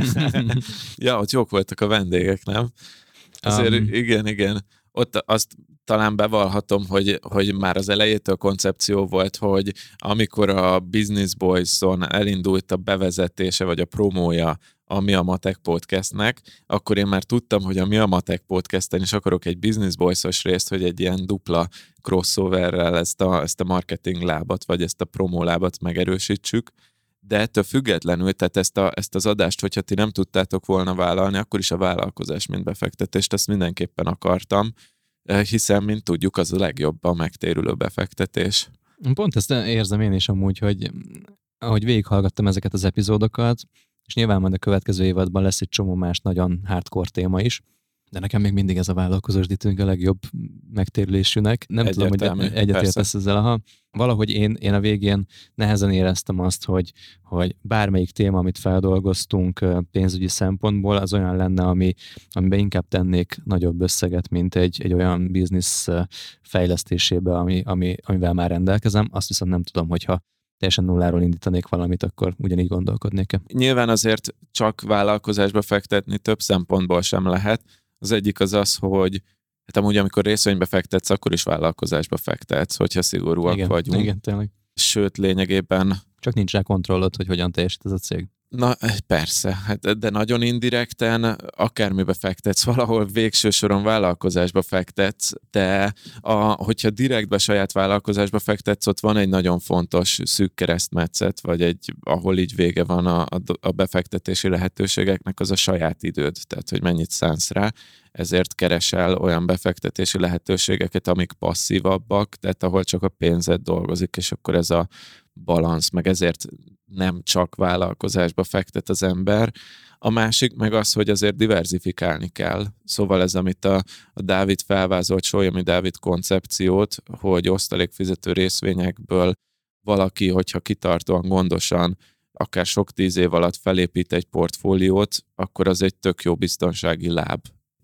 Ja, ott jók voltak a vendégek, nem? Azért um, igen, igen. Ott azt talán bevallhatom, hogy, hogy már az elejétől koncepció volt, hogy amikor a Business Boys-on elindult a bevezetése, vagy a promója a Mi a Matek podcastnek, akkor én már tudtam, hogy a Mi a Matek podcasten is akarok egy Business Boys-os részt, hogy egy ilyen dupla crossoverrel ezt a, ezt a marketing lábat, vagy ezt a promó lábat megerősítsük, de ettől függetlenül, tehát ezt, a, ezt az adást, hogyha ti nem tudtátok volna vállalni, akkor is a vállalkozás, mint befektetést, ezt mindenképpen akartam, hiszen, mint tudjuk, az a legjobb a megtérülő befektetés.
Pont ezt érzem én is amúgy, hogy ahogy végighallgattam ezeket az epizódokat, és nyilván majd a következő évadban lesz egy csomó más nagyon hardcore téma is, de nekem még mindig ez a vállalkozós ditünk a legjobb megtérülésűnek. Nem
Egyértelmű,
tudom, hogy egyetértesz ezzel. Aha. Valahogy én, én a végén nehezen éreztem azt, hogy, hogy bármelyik téma, amit feldolgoztunk pénzügyi szempontból, az olyan lenne, ami, amiben inkább tennék nagyobb összeget, mint egy, egy olyan biznisz fejlesztésébe, ami, ami, amivel már rendelkezem. Azt viszont nem tudom, hogyha teljesen nulláról indítanék valamit, akkor ugyanígy gondolkodnék.
Nyilván azért csak vállalkozásba fektetni több szempontból sem lehet. Az egyik az az, hogy hát amúgy amikor részvénybe fektetsz, akkor is vállalkozásba fektetsz, hogyha szigorúak
igen,
vagyunk.
Igen, tényleg.
Sőt, lényegében...
Csak nincs rá kontrollod, hogy hogyan teljesít ez a cég.
Na, persze, hát, de nagyon indirekten akármibe fektetsz, valahol végső soron vállalkozásba fektetsz, de a, hogyha direktbe saját vállalkozásba fektetsz, ott van egy nagyon fontos szűk keresztmetszet, vagy egy, ahol így vége van a, a befektetési lehetőségeknek, az a saját időd, tehát hogy mennyit szánsz rá, ezért keresel olyan befektetési lehetőségeket, amik passzívabbak, tehát ahol csak a pénzed dolgozik, és akkor ez a balansz, meg ezért nem csak vállalkozásba fektet az ember. A másik meg az, hogy azért diverzifikálni kell. Szóval ez, amit a, a Dávid felvázolt, Sólyom Dávid koncepciót, hogy osztalékfizető részvényekből valaki, hogyha kitartóan, gondosan, akár sok tíz év alatt felépít egy portfóliót, akkor az egy tök jó biztonsági láb.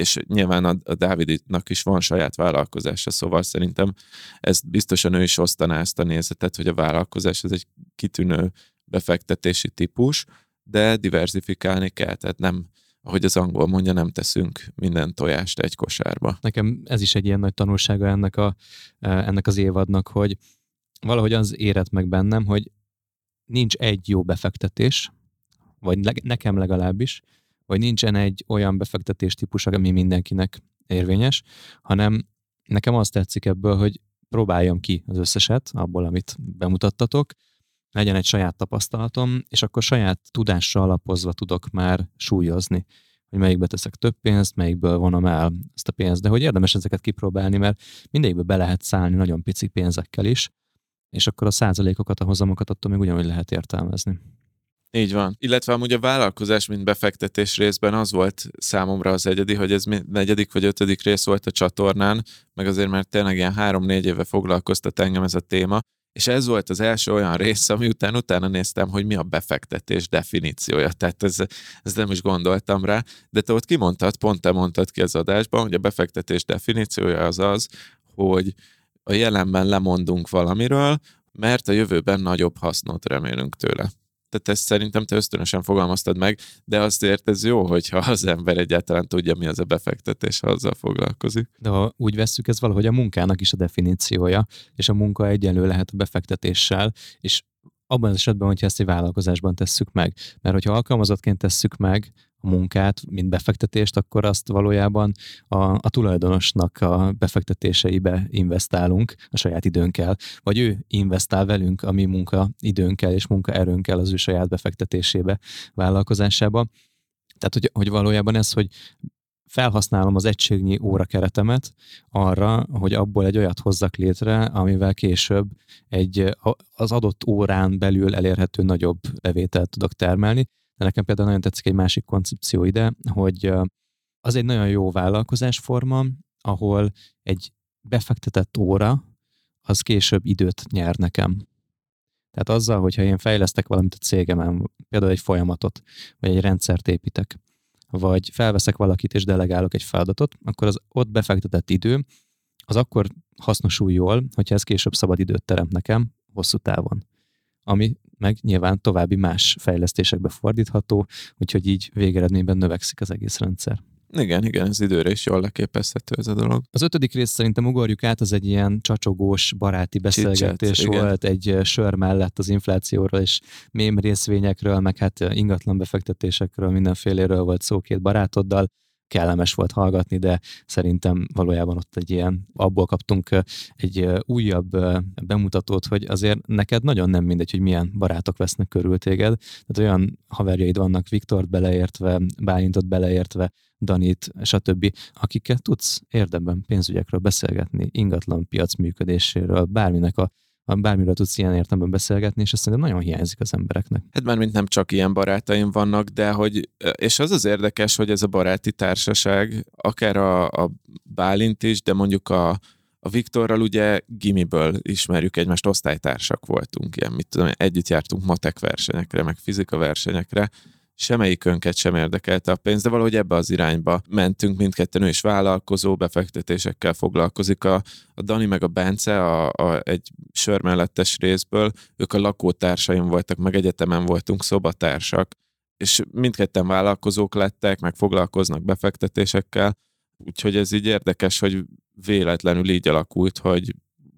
és nyilván a, a Dávidnak is van saját vállalkozása, szóval szerintem ezt biztosan ő is osztaná ezt a nézetet, hogy a vállalkozás ez egy kitűnő befektetési típus, de diverzifikálni kell, tehát nem, ahogy az angol mondja, nem teszünk minden tojást egy kosárba.
Nekem ez is egy ilyen nagy tanulsága ennek, a, ennek az évadnak, hogy valahogy az érett meg bennem, hogy nincs egy jó befektetés, vagy leg, nekem legalábbis, vagy nincsen egy olyan befektetés típus, ami mindenkinek érvényes, hanem nekem azt tetszik ebből, hogy próbáljam ki az összeset, abból, amit bemutattatok, legyen egy saját tapasztalatom, és akkor saját tudásra alapozva tudok már súlyozni, hogy melyikbe teszek több pénzt, melyikből vonom el ezt a pénzt, de hogy érdemes ezeket kipróbálni, mert mindegyikbe be lehet szállni nagyon pici pénzekkel is, és akkor a százalékokat, a hozamokat attól még ugyanúgy lehet értelmezni.
Így van. Illetve amúgy a vállalkozás, mint befektetés részben az volt számomra az egyedi, hogy ez negyedik vagy ötödik rész volt a csatornán, meg azért már tényleg ilyen három-négy éve foglalkoztat engem ez a téma, és ez volt az első olyan rész, ami után utána néztem, hogy mi a befektetés definíciója. Tehát ez, ez nem is gondoltam rá, de te ott kimondtad, pont te mondtad ki az adásban, hogy a befektetés definíciója az az, hogy a jelenben lemondunk valamiről, mert a jövőben nagyobb hasznot remélünk tőle. Tehát ezt szerintem te ösztönösen fogalmaztad meg, de azért ez jó, hogyha az ember egyáltalán tudja, mi az a befektetés, ha azzal foglalkozik.
De ha úgy vesszük, ez valahogy a munkának is a definíciója, és a munka egyenlő lehet a befektetéssel, és abban az esetben, hogyha ezt egy vállalkozásban tesszük meg. Mert hogyha alkalmazottként tesszük meg a munkát, mint befektetést, akkor azt valójában a, a tulajdonosnak a befektetéseibe investálunk a saját időnkkel, vagy ő investál velünk a mi munkaidőnkkel és munkaerőnkkel az ő saját befektetésébe, vállalkozásába. Tehát, hogy, hogy valójában ez, hogy felhasználom az egységnyi órakeretemet arra, hogy abból egy olyat hozzak létre, amivel később egy, az adott órán belül elérhető nagyobb bevételt tudok termelni. De nekem például nagyon tetszik egy másik koncepció ide, hogy az egy nagyon jó vállalkozásforma, ahol egy befektetett óra, az később időt nyer nekem. Tehát azzal, hogyha én fejlesztek valamit a cégemen, például egy folyamatot, vagy egy rendszert építek, vagy felveszek valakit és delegálok egy feladatot, akkor az ott befektetett idő, az akkor hasznosul jól, hogyha ez később szabad időt teremt nekem hosszú távon. Ami meg nyilván további más fejlesztésekbe fordítható, úgyhogy így végeredményben növekszik az egész rendszer.
Igen, igen, ez időre is jól leképezhető ez a dolog.
Az ötödik rész szerintem ugorjuk át, az egy ilyen csacsogós, baráti beszélgetés
Csicset,
volt, egy sör mellett az inflációról és mém részvényekről, meg hát ingatlan befektetésekről, mindenféléről volt szó két barátoddal. Kellemes volt hallgatni, de szerintem valójában ott egy ilyen, abból kaptunk egy újabb bemutatót, hogy azért neked nagyon nem mindegy, hogy milyen barátok vesznek körül téged. Tehát olyan haverjaid vannak, Viktort beleértve, Bálintot beleértve, Danit, stb., akikkel tudsz érdemben pénzügyekről beszélgetni, ingatlan piac működéséről, bárminek a bármiről tudsz ilyen értelemben beszélgetni, és ez szerintem nagyon hiányzik az embereknek.
Hát mármint nem csak ilyen barátaim vannak, de hogy, és az az érdekes, hogy ez a baráti társaság, akár a, a Bálint is, de mondjuk a, a Viktorral ugye gimiből ismerjük egymást, osztálytársak voltunk, ilyen, mit tudom, együtt jártunk matek versenyekre, meg fizika versenyekre, semmelyikünket sem érdekelte a pénz, de valahogy ebbe az irányba mentünk mindketten, ő is vállalkozó, befektetésekkel foglalkozik. A, a Dani meg a Bence a, a, egy sör mellettes részből, ők a lakótársaim voltak, meg egyetemen voltunk szobatársak, és mindketten vállalkozók lettek, meg foglalkoznak befektetésekkel, úgyhogy ez így érdekes, hogy véletlenül így alakult, hogy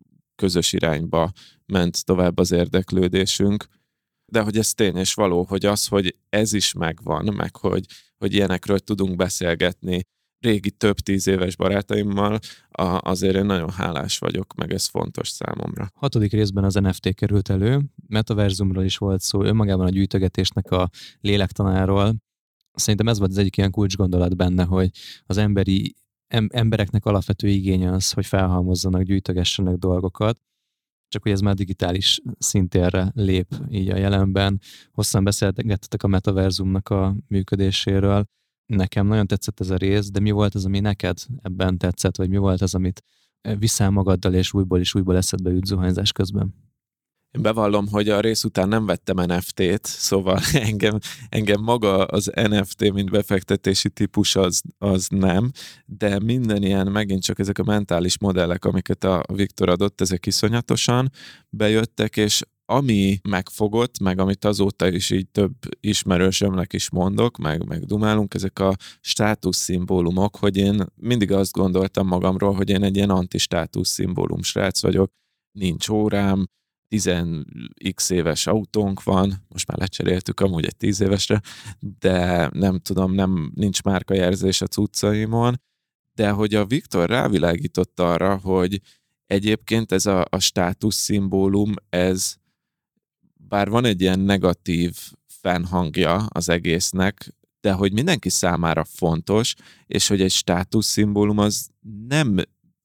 közös irányba ment tovább az érdeklődésünk. De hogy ez tény és való, hogy az, hogy ez is megvan, meg hogy, hogy ilyenekről tudunk beszélgetni régi több tíz éves barátaimmal, a, azért én nagyon hálás vagyok, meg ez fontos számomra.
Hatodik részben az en ef té került elő, metaverzumról is volt szó, önmagában a gyűjtögetésnek a lélektanáról. Szerintem ez volt az egyik ilyen kulcsgondolat benne, hogy az emberi, em, embereknek alapvető igénye az, hogy felhalmozzanak, gyűjtögessenek dolgokat, csak hogy ez már digitális szintérre lép így a jelenben. Hosszan beszélgettetek a metaverzumnak a működéséről. Nekem nagyon tetszett ez a rész, de mi volt az, ami neked ebben tetszett, vagy mi volt az, amit viszel magaddal, és újból és újból eszedbe jut zuhanyzás közben?
Én bevallom, hogy a rész után nem vettem en ef té-t, szóval engem, engem maga az en ef té, mint befektetési típus az, az nem, de minden ilyen, megint csak ezek a mentális modellek, amiket a Viktor adott, ezek iszonyatosan bejöttek, és ami megfogott, meg amit azóta is így több ismerősömnek is mondok, meg, meg dumálunk, ezek a státuszszimbólumok, hogy én mindig azt gondoltam magamról, hogy én egy ilyen anti-státuszszimbólum srác vagyok, nincs órám, tíz x éves autónk van, most már lecseréltük amúgy egy tíz évesre, de nem tudom, nem, nincs márkajelzés a cuccaimon, de hogy a Viktor rávilágított arra, hogy egyébként ez a, a státuszszimbólum, ez bár van egy ilyen negatív fennhangja az egésznek, de hogy mindenki számára fontos, és hogy egy státuszszimbólum az nem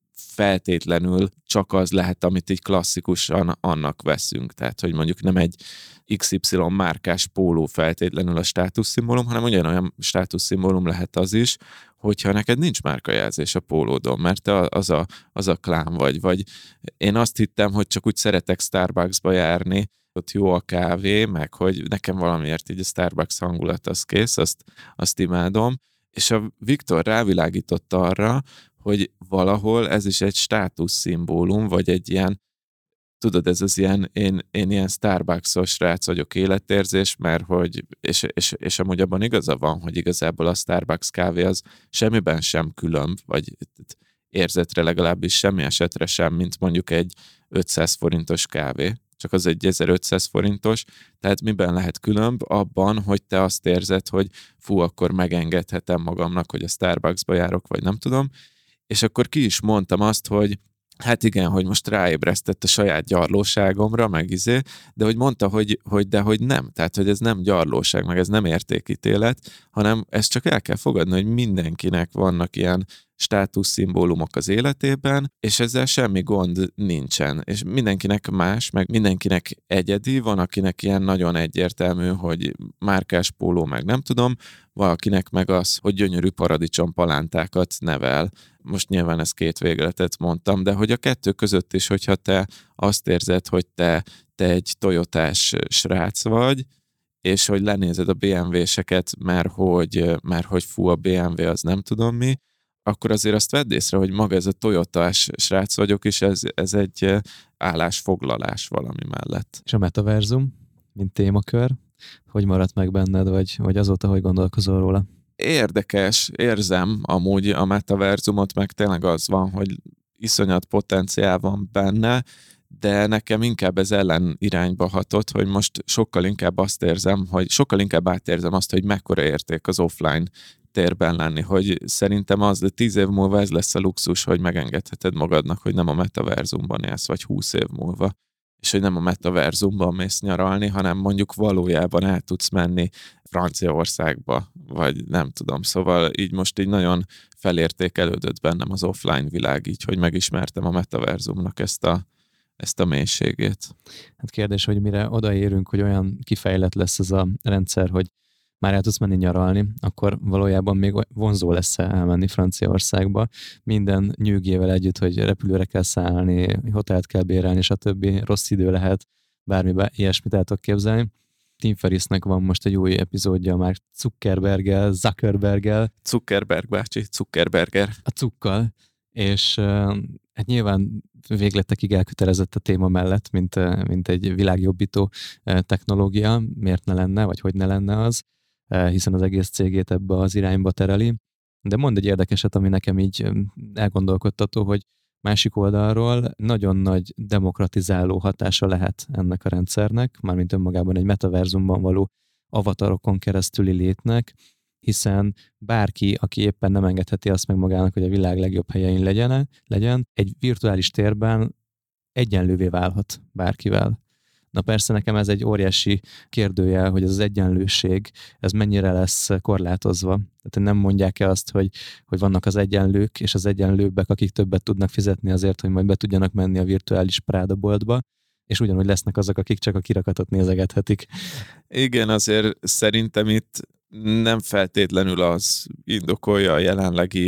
feltétlenül csak az lehet, amit így klasszikusan annak veszünk. Tehát, hogy mondjuk nem egy iksz ipszilon márkás póló feltétlenül a státuszszimbólum, hanem ugyanolyan státuszszimbólum lehet az is, hogyha neked nincs márkajelzés a pólódon, mert te az a, az a klán vagy. Vagy én azt hittem, hogy csak úgy szeretek Starbucksba járni, ott jó a kávé, meg hogy nekem valamiért így a Starbucks hangulat az kész, azt, azt imádom. És a Viktor rávilágított arra, hogy valahol ez is egy státuszszimbólum, vagy egy ilyen, tudod, ez az ilyen, én, én ilyen Starbucks-os srác vagyok életérzés, mert hogy, és, és, és amúgy abban igaza van, hogy igazából a Starbucks kávé az semmiben sem különb, vagy érzetre legalábbis semmi esetre sem, mint mondjuk egy ötszáz forintos kávé, csak az egy ezerötszáz forintos, tehát miben lehet különb? Abban, hogy te azt érzed, hogy fú, akkor megengedhetem magamnak, hogy a Starbucksba járok, vagy nem tudom, és akkor ki is mondtam azt, hogy hát igen, hogy most ráébresztett a saját gyarlóságomra, meg izé, de hogy mondta, hogy, hogy de hogy nem, tehát hogy ez nem gyarlóság, meg ez nem értékítélet, hanem ezt csak el kell fogadni, hogy mindenkinek vannak ilyen státuszszimbólumok az életében, és ezzel semmi gond nincsen. És mindenkinek más, meg mindenkinek egyedi, van akinek ilyen nagyon egyértelmű, hogy márkás póló, meg nem tudom, valakinek meg az, hogy gyönyörű paradicsom palántákat nevel. Most nyilván ezt két végletet mondtam, de hogy a kettő között is, hogyha te azt érzed, hogy te, te egy Toyotás srác vagy, és hogy lenézed a bé em vé-seket, mert hogy, mert hogy fú, a bé em vé az nem tudom mi, akkor azért azt vedd észre, hogy maga ez a Toyotás srác vagyok, és ez, ez egy állásfoglalás valami mellett.
És a metaverzum, mint témakör, hogy maradt meg benned, vagy, vagy azóta, hogy gondolkozol róla?
Érdekes, érzem amúgy a metaverzumot, meg tényleg az van, hogy iszonyat potenciál van benne, de nekem inkább ez ellen irányba hatott, hogy most sokkal inkább azt érzem, hogy sokkal inkább átérzem azt, hogy mekkora érték az offline térben lenni, hogy szerintem az, de tíz év múlva ez lesz a luxus, hogy megengedheted magadnak, hogy nem a metaverzumban élsz, vagy húsz év múlva, és hogy nem a metaverzumban mész nyaralni, hanem mondjuk valójában el tudsz menni Franciaországba, vagy nem tudom, szóval így most így nagyon felértékelődött bennem az offline világ, így, hogy megismertem a metaverzumnak ezt a, ezt a mélységét.
Hát kérdés, hogy mire odaérünk, hogy olyan kifejlett lesz ez a rendszer, hogy már el tudsz menni nyaralni, akkor valójában még vonzó lesz elmenni Franciaországba. Minden nyűgével együtt, hogy repülőre kell szállni, hotelt kell bérelni, stb. Rossz idő lehet, bármibe ilyesmit el tudok képzelni. Tim Ferrissnek van most egy új epizódja már Zuckerberggel, Zuckerberggel.
Zuckerberg bácsi, Zuckerberger.
A cukkal, és uh, hát nyilván végletekig elkötelezett a téma mellett, mint, uh, mint egy világjobbító uh, technológia. Miért ne lenne, vagy hogy ne lenne az? Hiszen az egész cégét ebbe az irányba tereli. De mondd egy érdekeset, ami nekem így elgondolkodtató, hogy másik oldalról nagyon nagy demokratizáló hatása lehet ennek a rendszernek, mármint önmagában egy metaverzumban való avatarokon keresztüli létnek, hiszen bárki, aki éppen nem engedheti azt meg magának, hogy a világ legjobb helyein legyen, legyen egy virtuális térben egyenlővé válhat bárkivel. Na persze nekem ez egy óriási kérdőjel, hogy ez az egyenlőség, ez mennyire lesz korlátozva. Tehát nem mondják el azt, hogy, hogy vannak az egyenlők, és az egyenlőbbek, akik többet tudnak fizetni azért, hogy majd be tudjanak menni a virtuális Práda boltba, és ugyanúgy lesznek azok, akik csak a kirakatot nézegethetik.
Igen, azért szerintem itt nem feltétlenül az indokolja a jelenlegi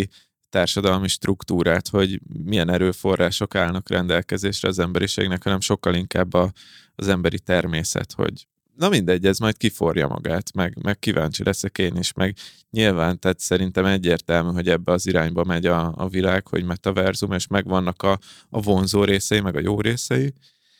társadalmi struktúrát, hogy milyen erőforrások állnak rendelkezésre az emberiségnek, hanem sokkal inkább a, az emberi természet, hogy na mindegy, ez majd kiforja magát, meg, meg kíváncsi leszek én is, meg nyilván, tehát szerintem egyértelmű, hogy ebbe az irányba megy a, a világ, hogy metaverzum, és megvannak a, a vonzó részei, meg a jó részei.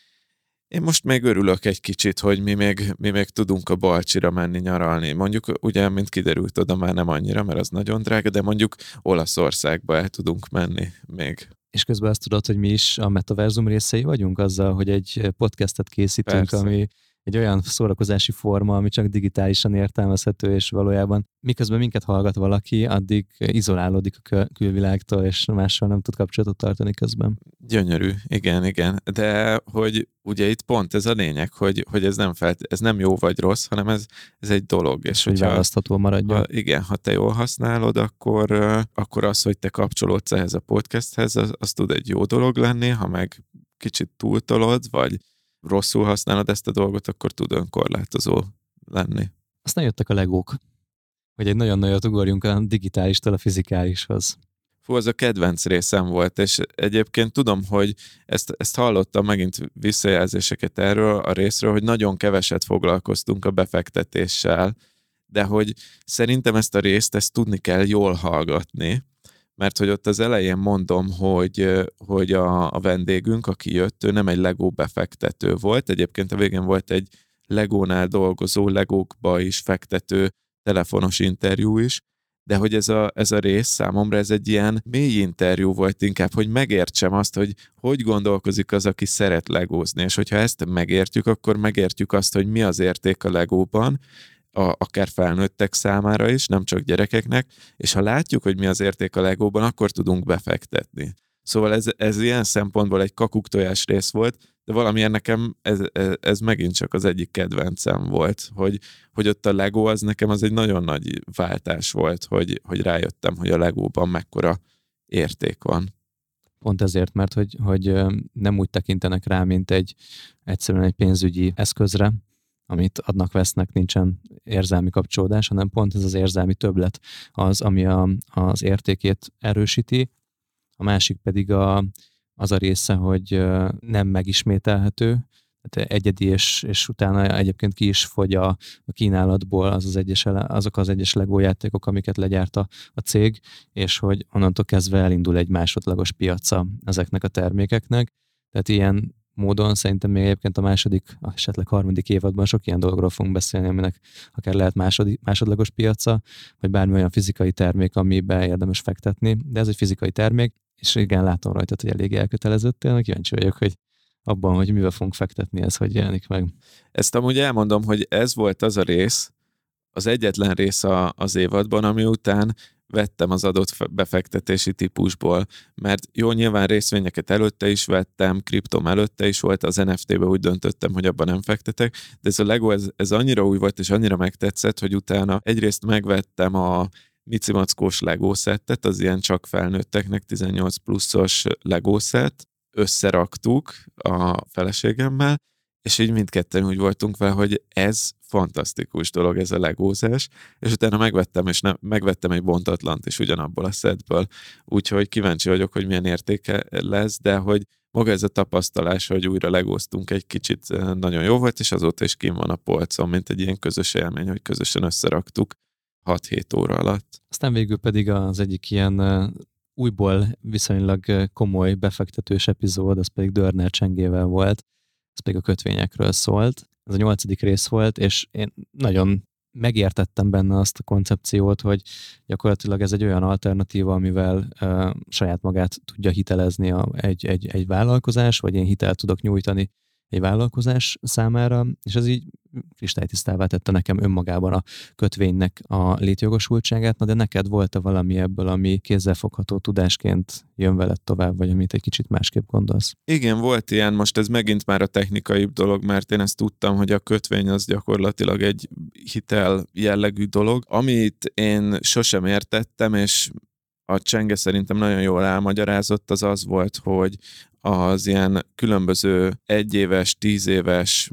Én most még örülök egy kicsit, hogy mi még, mi még tudunk a Balcsira menni nyaralni. Mondjuk, ugye, mint kiderült, oda már nem annyira, mert az nagyon drága, de mondjuk Olaszországba el tudunk menni még.
És közben azt tudod, hogy mi is a metaverzum részei vagyunk azzal, hogy egy podcastet készítünk, Persze. ami egy olyan szórakozási forma, ami csak digitálisan értelmezhető, és valójában miközben minket hallgat valaki, addig izolálódik a külvilágtól, és mással nem tud kapcsolatot tartani közben.
Gyönyörű, igen, igen. De hogy ugye itt pont ez a lényeg, hogy, hogy ez, nem felt, ez nem jó vagy rossz, hanem ez, ez egy dolog. És
hogy választható maradjon.
Ha, igen, ha te jól használod, akkor, akkor az, hogy te kapcsolódsz ehhez a podcasthez, az, az tud egy jó dolog lenni, ha meg kicsit túltolod, vagy rosszul használod ezt a dolgot, akkor tud önkorlátozó lenni.
Aztán jöttek a legók, hogy egy nagyon nagyot ugorjunk a digitálistól a fizikálishoz.
Fú, az a kedvenc részem volt, és egyébként tudom, hogy ezt, ezt hallottam megint visszajelzéseket erről a részről, hogy nagyon keveset foglalkoztunk a befektetéssel, de hogy szerintem ezt a részt, ezt tudni kell jól hallgatni, mert hogy ott az elején mondom, hogy, hogy a, a vendégünk, aki jött, ő nem egy Lego befektető volt. Egyébként a végén volt egy Legónál dolgozó, Legókba is fektető telefonos interjú is, de hogy ez a, ez a rész számomra ez egy ilyen mély interjú volt inkább, hogy megértsem azt, hogy hogy gondolkozik az, aki szeret legózni, és hogyha ezt megértjük, akkor megértjük azt, hogy mi az érték a Legóban, A, akár felnőttek számára is, nem csak gyerekeknek, és ha látjuk, hogy mi az érték a Legóban, akkor tudunk befektetni. Szóval ez, ez ilyen szempontból egy kakuktojás rész volt, de valamilyen nekem ez, ez, ez megint csak az egyik kedvencem volt, hogy, hogy ott a Lego az nekem az egy nagyon nagy váltás volt, hogy, hogy rájöttem, hogy a Legóban mekkora érték van.
Pont ezért, mert hogy, hogy nem úgy tekintenek rá, mint egy egyszerűen egy pénzügyi eszközre, amit adnak-vesznek, nincsen érzelmi kapcsolódás, hanem pont ez az érzelmi többlet az, ami a, az értékét erősíti, a másik pedig a, az a része, hogy nem megismételhető, tehát egyedi, és, és utána egyébként ki is fogy a, a kínálatból az az egyes, azok az egyes Lego játékok, amiket legyárt a, a cég, és hogy onnantól kezdve elindul egy másodlagos piaca ezeknek a termékeknek. Tehát ilyen módon szerintem még egyébként a második, esetleg harmadik évadban sok ilyen dologról fogunk beszélni, aminek akár lehet második, másodlagos piaca, vagy bármi olyan fizikai termék, amiben érdemes fektetni, de ez egy fizikai termék, és igen, látom rajtad, hogy elég elköteleződtél, kíváncsi vagyok, hogy abban, hogy mivel fogunk fektetni, ez hogy jelenik meg.
Ezt amúgy elmondom, hogy ez volt az a rész, az egyetlen rész a, az évadban, ami után vettem az adott befektetési típusból, mert jó, nyilván részvényeket előtte is vettem, kriptom előtte is volt, az en ef té-be úgy döntöttem, hogy abban nem fektetek, de ez a Lego, ez, ez annyira új volt, és annyira megtetszett, hogy utána egyrészt megvettem a micimackós Lego szettet, az ilyen csak felnőtteknek tizennyolc pluszos Lego szett, összeraktuk a feleségemmel, és így mindketten úgy voltunk vele, hogy ez fantasztikus dolog, ez a legózás, és utána megvettem, és ne, megvettem egy bontatlant is ugyanabból a szetből, úgyhogy kíváncsi vagyok, hogy milyen értéke lesz, de hogy maga ez a tapasztalás, hogy újra legóztunk egy kicsit, nagyon jó volt, és azóta is kint van a polcon, mint egy ilyen közös élmény, hogy közösen összeraktuk hat-hét óra alatt.
Aztán végül pedig az egyik ilyen újból viszonylag komoly befektetős epizód, az pedig Dörner Csengével volt, ez pedig a kötvényekről szólt. Ez a nyolcadik rész volt, és én nagyon megértettem benne azt a koncepciót, hogy gyakorlatilag ez egy olyan alternatíva, amivel uh, saját magát tudja hitelezni a, egy, egy, egy vállalkozás, vagy én hitelt tudok nyújtani egy vállalkozás számára, és ez így kristálytisztává tette nekem önmagában a kötvénynek a létjogosultságát, na de neked volt-e valami ebből, ami kézzelfogható tudásként jön veled tovább, vagy amit egy kicsit másképp gondolsz?
Igen, volt ilyen, most ez megint már a technikai dolog, mert én ezt tudtam, hogy a kötvény az gyakorlatilag egy hitel jellegű dolog, amit én sosem értettem, és a Csenge szerintem nagyon jól elmagyarázott, az az volt, hogy az ilyen különböző egyéves, tízéves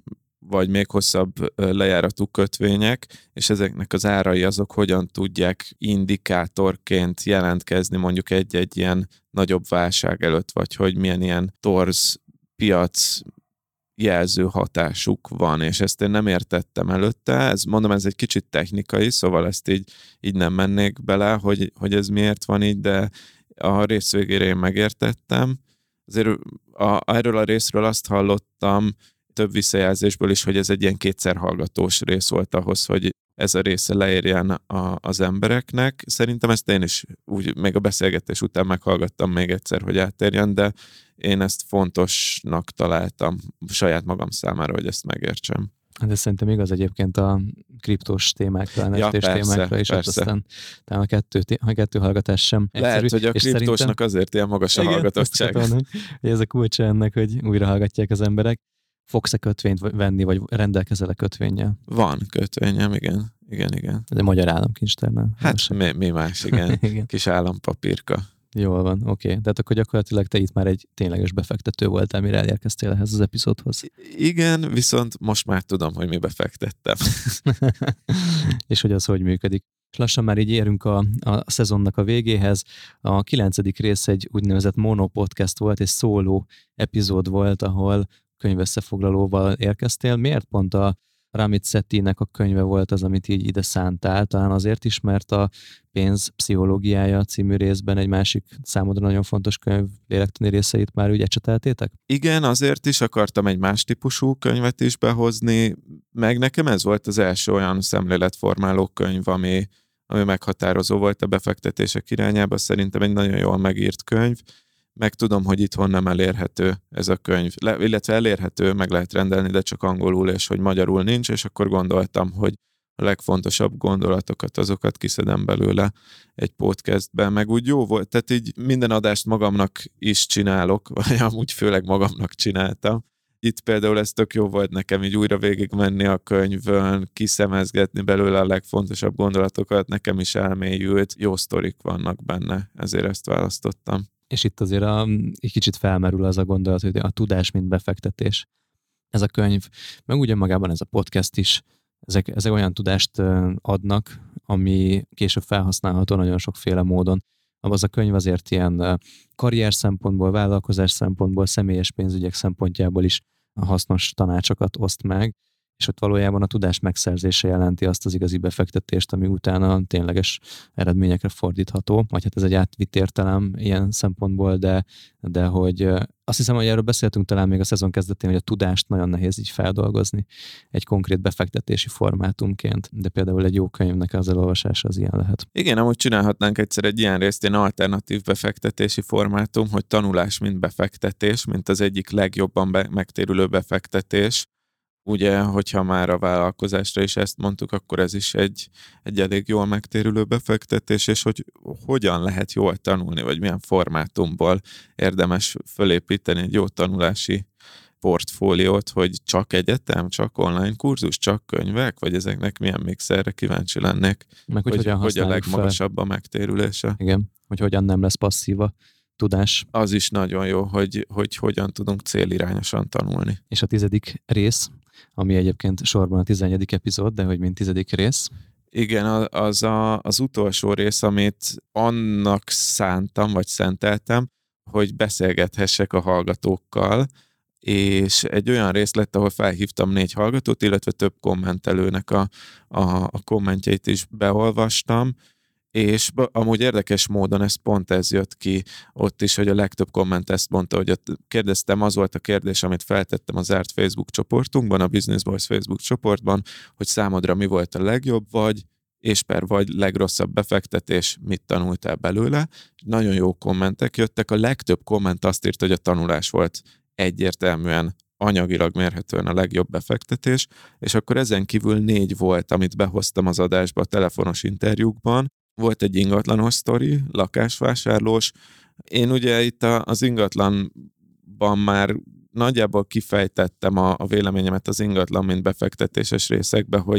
vagy még hosszabb lejáratú kötvények, és ezeknek az árai azok hogyan tudják indikátorként jelentkezni mondjuk egy-egy ilyen nagyobb válság előtt, vagy hogy milyen ilyen torz piac jelző hatásuk van, és ezt én nem értettem előtte. Ez, mondom, ez egy kicsit technikai, szóval ezt így, így nem mennék bele, hogy, hogy ez miért van így, de a rész végére én megértettem. Azért a, erről a részről azt hallottam több visszajelzésből is, hogy ez egy ilyen kétszer hallgatós rész volt ahhoz, hogy ez a része leérjen a, az embereknek. Szerintem ezt én is úgy, még a beszélgetés után meghallgattam még egyszer, hogy átérjen, de én ezt fontosnak találtam saját magam számára, hogy ezt megértsem.
De szerintem igaz egyébként a kriptós témákra, a
ja,
persze, témákra, és
persze.
aztán talán a kettő, a kettő hallgatás sem egyszerű.
Lehet, hogy a kriptósnak
szerintem...
azért ilyen magas a igen, hallgatottság.
Hogy ez a kulcsa ennek, hogy újra hallgatják az emberek. Fogsz-e kötvényt venni, vagy rendelkezel-e kötvénnyel?
Van kötvényem, igen. Igen, igen.
De Magyar Államkincstárnál.
Hát mi, mi más, igen. igen. Kis állampapírka.
Jól van, oké. Okay. Tehát akkor gyakorlatilag te itt már egy tényleges befektető voltál, mire elérkeztél ehhez az epizódhoz.
Igen, viszont most már tudom, hogy mi befektettem.
És hogy az hogy működik. És lassan már így érünk a, a szezonnak a végéhez. A kilencedik rész egy úgynevezett monopodcast volt, egy szóló epizód volt, ahol könyvösszefoglalóval érkeztél. Miért pont a Ramit Sethinek a könyve volt az, amit így ide szántál? Talán azért is, mert a Pénz pszichológiája című részben egy másik számodra nagyon fontos könyv lélektani részeit már úgy ecseteltétek?
Igen, azért is akartam egy más típusú könyvet is behozni, meg nekem ez volt az első olyan szemléletformáló könyv, ami, ami meghatározó volt a befektetések irányába. Szerintem egy nagyon jól megírt könyv. Meg tudom, hogy itthon nem elérhető ez a könyv, Le, illetve elérhető, meg lehet rendelni, de csak angolul, és hogy magyarul nincs, és akkor gondoltam, hogy a legfontosabb gondolatokat, azokat kiszedem belőle egy podcastben, meg úgy jó volt, tehát így minden adást magamnak is csinálok, vagy amúgy főleg magamnak csináltam. Itt például ez tök jó volt nekem így újra végigmenni a könyvön, kiszemezgetni belőle a legfontosabb gondolatokat, nekem is elmélyült, jó sztorik vannak benne, ezért ezt választottam.
És itt azért a, egy kicsit felmerül az a gondolat, hogy a tudás, mint befektetés. Ez a könyv, meg ugye magában ez a podcast is, ezek, ezek olyan tudást adnak, ami később felhasználható nagyon sokféle módon. Az a könyv azért ilyen karrier szempontból, vállalkozás szempontból, személyes pénzügyek szempontjából is hasznos tanácsokat oszt meg, és ott valójában a tudás megszerzése jelenti azt az igazi befektetést, ami utána tényleges eredményekre fordítható. Vagy hát ez egy átvitt értelem ilyen szempontból, de, de hogy azt hiszem, hogy erről beszéltünk talán még a szezon kezdetén, hogy a tudást nagyon nehéz így feldolgozni egy konkrét befektetési formátumként, de például egy jó könyvnek az elolvasása az ilyen lehet.
Igen, amúgy csinálhatnánk egyszer egy ilyen részt, egy alternatív befektetési formátum, hogy tanulás, mint befektetés, mint az egyik legjobban be- megtérülő befektetés. Ugye, hogyha már a vállalkozásra is ezt mondtuk, akkor ez is egy, egy elég jól megtérülő befektetés, és hogy hogyan lehet jól tanulni, vagy milyen formátumból érdemes fölépíteni egy jó tanulási portfóliót, hogy csak egyetem, csak online kurzus, csak könyvek, vagy ezeknek milyen mixerre kíváncsi lennék,
meg hogy,
hogy, hogy a legmagasabb
fel.
A megtérülése.
Igen, hogy hogyan nem lesz passzív a tudás.
Az is nagyon jó, hogy, hogy hogyan tudunk célirányosan tanulni.
És a tizedik rész, ami egyébként sorban a tizennegyedik epizód, de hogy mint tizedik rész.
Igen, az a, az utolsó rész, amit annak szántam, vagy szenteltem, hogy beszélgethessek a hallgatókkal, és egy olyan rész lett, ahol felhívtam négy hallgatót, illetve több kommentelőnek a, a, a kommentjeit is beolvastam, és amúgy érdekes módon ez pont ez jött ki ott is, hogy a legtöbb komment ezt mondta, hogy ott kérdeztem, az volt a kérdés, amit feltettem a zárt Facebook csoportunkban, a Business Boys Facebook csoportban, hogy számodra mi volt a legjobb, vagy és per vagy legrosszabb befektetés, mit tanultál belőle. Nagyon jó kommentek jöttek, a legtöbb komment azt írt, hogy a tanulás volt egyértelműen anyagilag mérhetően a legjobb befektetés, és akkor ezen kívül négy volt, amit behoztam az adásba a telefonos interjúkban. Volt egy ingatlanos sztori, lakásvásárlós. Én ugye itt az ingatlanban már nagyjából kifejtettem a, a véleményemet az ingatlan, mint befektetéses részekbe, hogy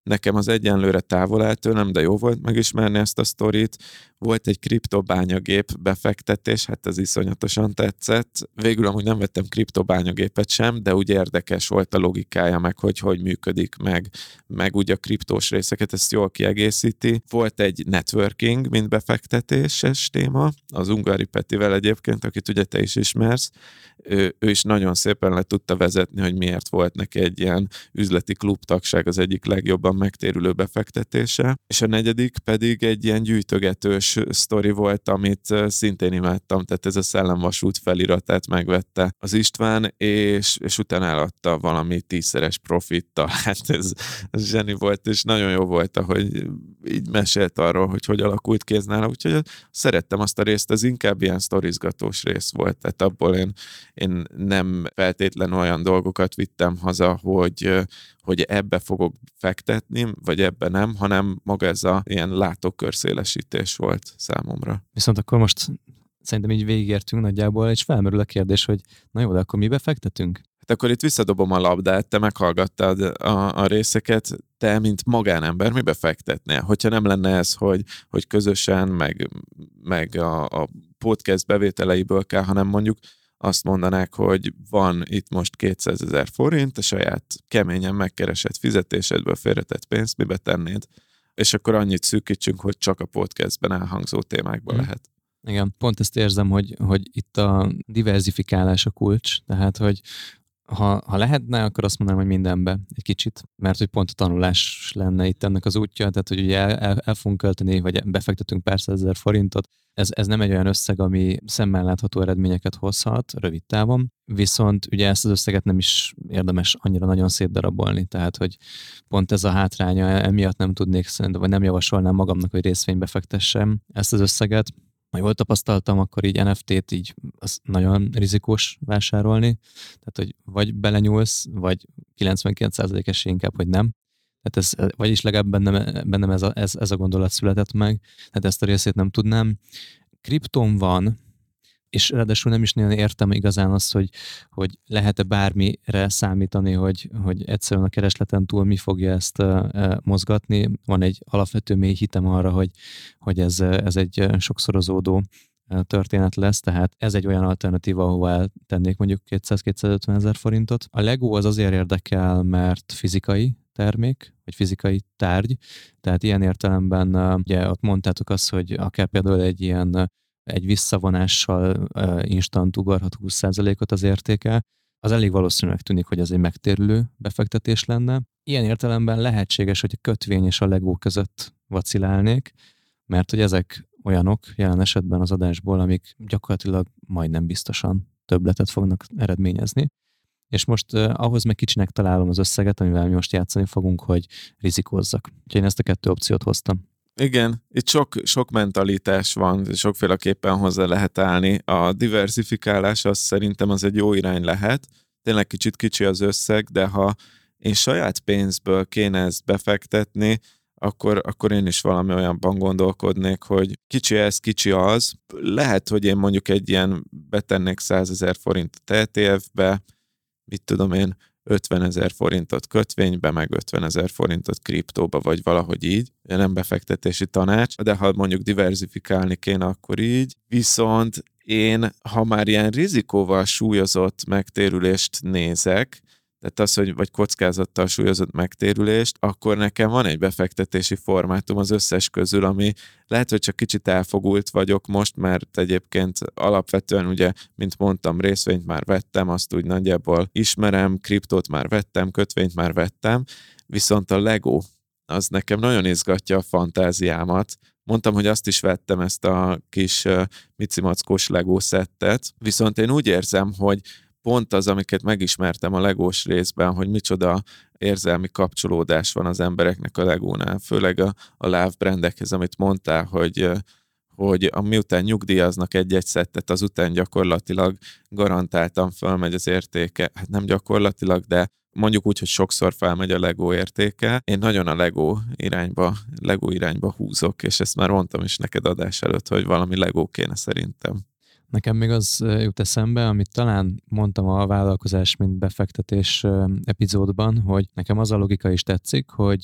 Nekem az egyenlőre távol áll tőlem, de jó volt megismerni ezt a sztorit. Volt egy kriptobányagép befektetés, hát ez iszonyatosan tetszett. Végül amúgy nem vettem kriptobányagépet sem, de úgy érdekes volt a logikája, meg hogy hogy működik, meg, meg úgy a kriptós részeket, ezt jól kiegészíti. Volt egy networking, mint befektetéses téma, az Ungari Petivel egyébként, akit ugye te is ismersz. Ő, ő is nagyon szépen le tudta vezetni, hogy miért volt neki egy ilyen üzleti klubtagság az egyik legjobban megtérülő befektetése. És a negyedik pedig egy ilyen gyűjtögetős sztori volt, amit szintén imádtam, tehát ez a Szellemvasút feliratát megvette az István, és, és utána eladta valami tízszeres profittal. Hát ez, ez zseni volt, és nagyon jó volt, ahogy így mesélt arról, hogy hogy alakult ki ez nála, úgyhogy szerettem azt a részt, ez inkább ilyen sztorizgatós rész volt, tehát abból én, én nem feltétlenül olyan dolgokat vittem haza, hogy, hogy ebbe fogok fektetni, vagy ebbe nem, hanem maga ez a ilyen látókörszélesítés volt számomra.
Viszont akkor most szerintem így végigértünk nagyjából, és felmerül a kérdés, hogy na jó, de akkor mi befektetünk?
Hát akkor itt visszadobom a labdát, te meghallgattad a, a részeket, te, mint magánember, mibe fektetnél? Hogyha nem lenne ez, hogy, hogy közösen, meg, meg a, a podcast bevételeiből kell, hanem mondjuk azt mondanák, hogy van itt most kétszázezer forint, a saját keményen megkeresett fizetésedből félretett pénzt, mibe tennéd? És akkor annyit szűkítsünk, hogy csak a podcastben elhangzó témákban mm. lehet.
Igen, pont ezt érzem, hogy, hogy itt a diversifikálás a kulcs, tehát, hogy ha, ha lehetne, akkor azt mondanám, hogy mindenbe egy kicsit, mert hogy pont a tanulás lenne itt ennek az útja, tehát hogy ugye el, el, el fogunk költeni, vagy befektetünk pár százezer forintot, ez, ez nem egy olyan összeg, ami szemmel látható eredményeket hozhat rövid távon, viszont ugye ezt az összeget nem is érdemes annyira nagyon szétdarabolni, tehát hogy pont ez a hátránya, emiatt nem tudnék szerintem, vagy nem javasolnám magamnak, hogy részvénybe fektessem ezt az összeget. Ha jól tapasztaltam, akkor így en ef té-t így az nagyon rizikós vásárolni, tehát hogy vagy belenyúlsz, vagy kilencvenkilenc százalék esély inkább, hogy nem. Tehát ez, vagyis legalább bennem, bennem ez, a, ez, ez a gondolat született meg, tehát ezt a részét nem tudnám. Kriptón van, és ráadásul nem is nagyon értem igazán azt, hogy, hogy lehet-e bármire számítani, hogy, hogy egyszerűen a keresleten túl mi fogja ezt uh, mozgatni. Van egy alapvető mély hitem arra, hogy, hogy ez, ez egy sokszorozódó történet lesz, tehát ez egy olyan alternatíva, ahová tennék mondjuk kétszáz-kétszázötven ezer forintot. A Lego az azért érdekel, mert fizikai termék, vagy fizikai tárgy, tehát ilyen értelemben ugye ott mondtátok azt, hogy akár például egy ilyen egy visszavonással uh, instant ugorhat húsz százalékot az értéke, az elég valószínűleg tűnik, hogy ez egy megtérülő befektetés lenne. Ilyen értelemben lehetséges, hogy a kötvény és a Lego között vacilálnék, mert hogy ezek olyanok jelen esetben az adásból, amik gyakorlatilag majdnem biztosan többletet fognak eredményezni. És most uh, ahhoz meg kicsinek találom az összeget, amivel mi most játszani fogunk, hogy rizikózzak. Úgyhogy én ezt a kettő opciót hoztam.
Igen, itt sok, sok mentalitás van, sokféleképpen hozzá lehet állni. A diversifikálás az szerintem az egy jó irány lehet. Tényleg kicsit kicsi az összeg, de ha én saját pénzből kéne ezt befektetni, akkor, akkor én is valami olyanban gondolkodnék, hogy kicsi ez, kicsi az. Lehet, hogy én mondjuk egy ilyen betennék százezer forintot é té ef-be, mit tudom én, ötvenezer forintot kötvénybe, meg ötvenezer forintot kriptóba, vagy valahogy így. Nem befektetési tanács, de ha mondjuk diversifikálni kéne, akkor így. Viszont én, ha már ilyen rizikóval súlyozott megtérülést nézek, tehát az, hogy vagy kockázattal súlyozott megtérülést, akkor nekem van egy befektetési formátum az összes közül, ami lehet, hogy csak kicsit elfogult vagyok most, mert egyébként alapvetően ugye, mint mondtam, részvényt már vettem, azt úgy nagyjából ismerem, kriptót már vettem, kötvényt már vettem, viszont a Lego, az nekem nagyon izgatja a fantáziámat. Mondtam, hogy azt is vettem, ezt a kis uh, micimackós Lego szettet, viszont én úgy érzem, hogy pont az, amiket megismertem a legós részben, hogy micsoda érzelmi kapcsolódás van az embereknek a Legónál, főleg a, a love brandekhez, amit mondtál, hogy, hogy miután nyugdíjaznak egy-egy szettet, azután gyakorlatilag garantáltan felmegy az értéke. Hát nem gyakorlatilag, de mondjuk úgy, hogy sokszor felmegy a Lego értéke. Én nagyon a Lego irányba, Lego irányba húzok, és ezt már mondtam is neked adás előtt, hogy valami Lego kéne szerintem.
Nekem még az jut eszembe, amit talán mondtam a vállalkozás, mint befektetés epizódban, hogy nekem az a logika is tetszik, hogy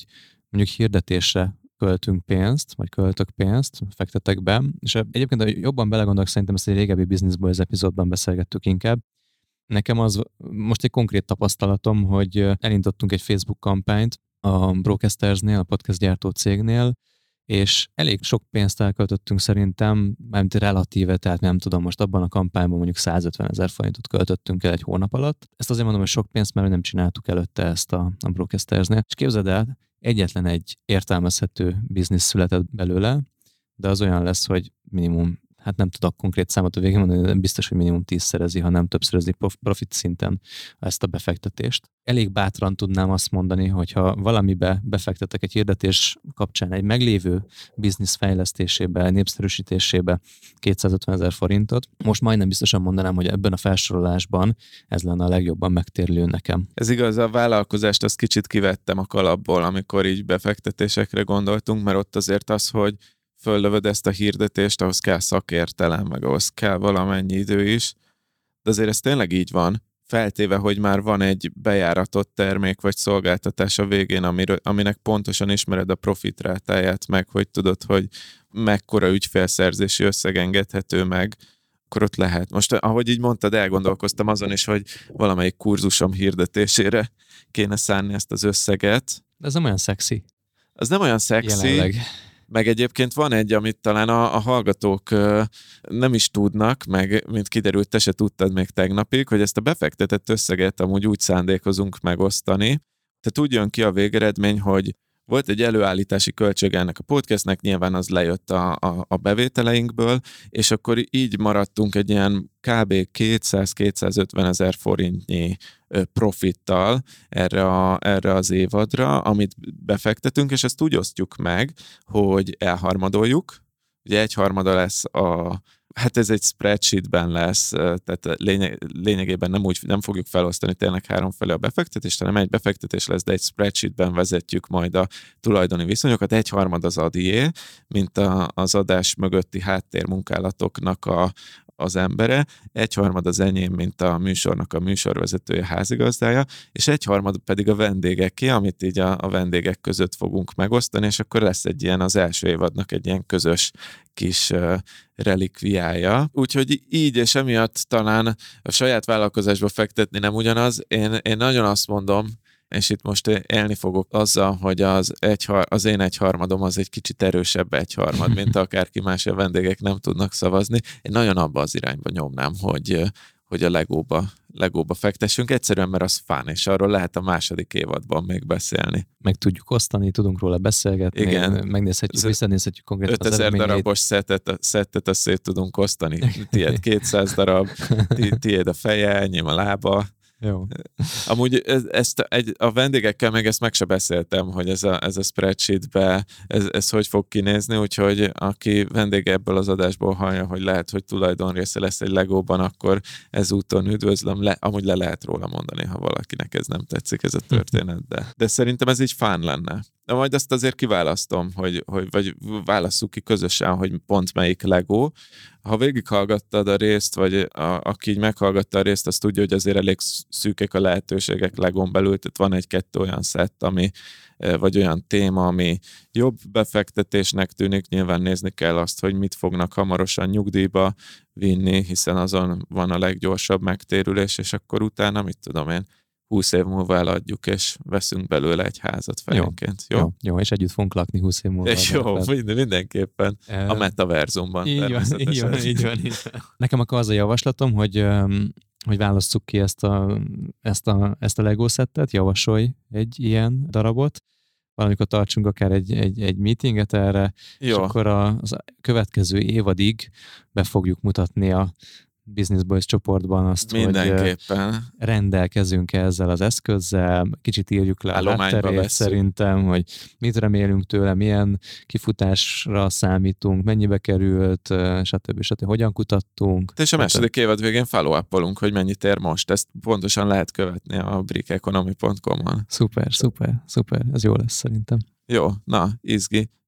mondjuk hirdetésre költünk pénzt, vagy költök pénzt, fektetek be, és egyébként, ha jobban belegondolok, szerintem ezt egy régebbi Business Boys epizódban beszélgettük inkább. Nekem az most egy konkrét tapasztalatom, hogy elindítottunk egy Facebook kampányt a Broadcastersnél, a podcast gyártó cégnél, és elég sok pénzt elköltöttünk szerintem, mármint relatíve, tehát nem tudom, most abban a kampányban mondjuk százötven ezer forintot költöttünk el egy hónap alatt. Ezt azért mondom, hogy sok pénzt, mert nem csináltuk előtte ezt a, a Broadcastersnél. És képzeld el, egyetlen egy értelmezhető biznisz született belőle, de az olyan lesz, hogy minimum, hát nem tudok konkrét számot a végén mondani, de biztos, hogy minimum tízszerezi, ha nem többszörözi profit szinten ezt a befektetést. Elég bátran tudnám azt mondani, hogyha valamibe befektetek egy hirdetés kapcsán egy meglévő biznisz fejlesztésébe, népszerűsítésébe kétszázötven ezer forintot, most majdnem biztosan mondanám, hogy ebben a felsorolásban ez lenne a legjobban megtérülő nekem.
Ez igaz, a vállalkozást azt kicsit kivettem a kalapból, amikor így befektetésekre gondoltunk, mert ott azért az, hogy föllövöd ezt a hirdetést, ahhoz kell szakértelem, meg ahhoz kell valamennyi idő is, de azért ez tényleg így van, feltéve, hogy már van egy bejáratott termék vagy szolgáltatás a végén, amiről, aminek pontosan ismered a profitrátáját, meg hogy tudod, hogy mekkora ügyfélszerzési összeg engedhető meg, akkor ott lehet. Most, ahogy így mondtad, elgondolkoztam azon is, hogy valamelyik kurzusom hirdetésére kéne szánni ezt az összeget.
De ez nem olyan szexi.
Az nem olyan szexi.
Jelenleg.
Meg egyébként van egy, amit talán a, a hallgatók ö, nem is tudnak, meg mint kiderült, te se tudtad még tegnapig, hogy ezt a befektetett összeget amúgy úgy szándékozunk megosztani. Tehát úgy jön ki a végeredmény, hogy volt egy előállítási költség ennek a podcastnek, nyilván az lejött a, a, a bevételeinkből, és akkor így maradtunk egy ilyen kb. kétszáz-kétszázötven ezer forintnyi profittal erre, a, erre az évadra, amit befektetünk, és ezt úgy osztjuk meg, hogy elharmadoljuk. Ugye egyharmada lesz a Hát ez egy spreadsheetben lesz, tehát lényeg, lényegében nem úgy nem fogjuk felosztani tényleg háromfelé a befektetést, hanem egy befektetés lesz, de egy spreadsheetben vezetjük majd a tulajdoni viszonyokat. Egyharmad az adié, mint a, az adás mögötti háttérmunkálatoknak a, az embere, egyharmad az enyém, mint a műsornak a műsorvezetője, házigazdája, és egyharmad pedig a vendégeké, amit így a, a vendégek között fogunk megosztani, és akkor lesz egy ilyen az első évadnak egy ilyen közös kis uh, relikviája. Úgyhogy így és emiatt talán a saját vállalkozásba fektetni nem ugyanaz. Én, én nagyon azt mondom, és itt most élni fogok azzal, hogy az, egy, az én egyharmadom az egy kicsit erősebb egyharmad, mint akárki más, a vendégek nem tudnak szavazni. Én nagyon abba az irányba nyomnám, hogy, hogy a Legóba, Legóba fektessünk, egyszerűen, mert az fán, és arról lehet a második évadban még beszélni.
Meg tudjuk osztani, tudunk róla beszélgetni,
igen.
Megnézhetjük, visszanézhetjük konkrétan az
ötezer
eredményeit.
darabos szettet, szettet azt szét tudunk osztani. Tiéd kétszáz darab, ti, tiéd a feje, enyém a lába.
Jó.
Amúgy ezt egy, a vendégekkel meg ezt meg se beszéltem, hogy ez a, ez a spreadsheetbe ez, ez hogy fog kinézni, úgyhogy aki vendége ebből az adásból hallja, hogy lehet, hogy tulajdonrésze lesz egy Legóban, akkor ezúton üdvözlöm, le, amúgy le lehet róla mondani, ha valakinek ez nem tetszik, ez a történet, de, de szerintem ez így fán lenne. De majd azt azért kiválasztom, hogy, hogy, vagy válasszuk ki közösen, hogy pont melyik Legó. Ha végighallgattad a részt, vagy a, aki így meghallgatta a részt, az tudja, hogy azért elég szűkek a lehetőségek Legón belül, tehát van egy-kettő olyan szett, ami, vagy olyan téma, ami jobb befektetésnek tűnik. Nyilván nézni kell azt, hogy mit fognak hamarosan nyugdíjba vinni, hiszen azon van a leggyorsabb megtérülés, és akkor utána, mit tudom én, húsz év múlva eladjuk, és veszünk belőle egy házat fejenként. Jó,
jó? Jó, jó, és együtt fogunk lakni húsz év múlva.
És jó, minden, mindenképpen e... a metaverzumban.
Így van, így van, így van, így van. Nekem akkor az a javaslatom, hogy, hogy válasszuk ki ezt a, ezt a, ezt a Lego szettet, javasolj egy ilyen darabot, valamikor tartsunk akár egy, egy, egy meetinget erre, jó. És akkor a, az következő évadig be fogjuk mutatni a Business Boys csoportban azt,
mindenképpen.
Hogy rendelkezünk ezzel az eszközzel, kicsit írjuk le a hátterét szerintem, hogy mit remélünk tőle, milyen kifutásra számítunk, mennyibe került, stb. stb. Hogyan kutattunk.
És a második évad végén follow-upolunk, hogy mennyit ér most. Ezt pontosan lehet követni a brickeconomy pont com-on.
Szuper, szuper, szuper. Ez jó lesz szerintem.
Jó, na, izgi.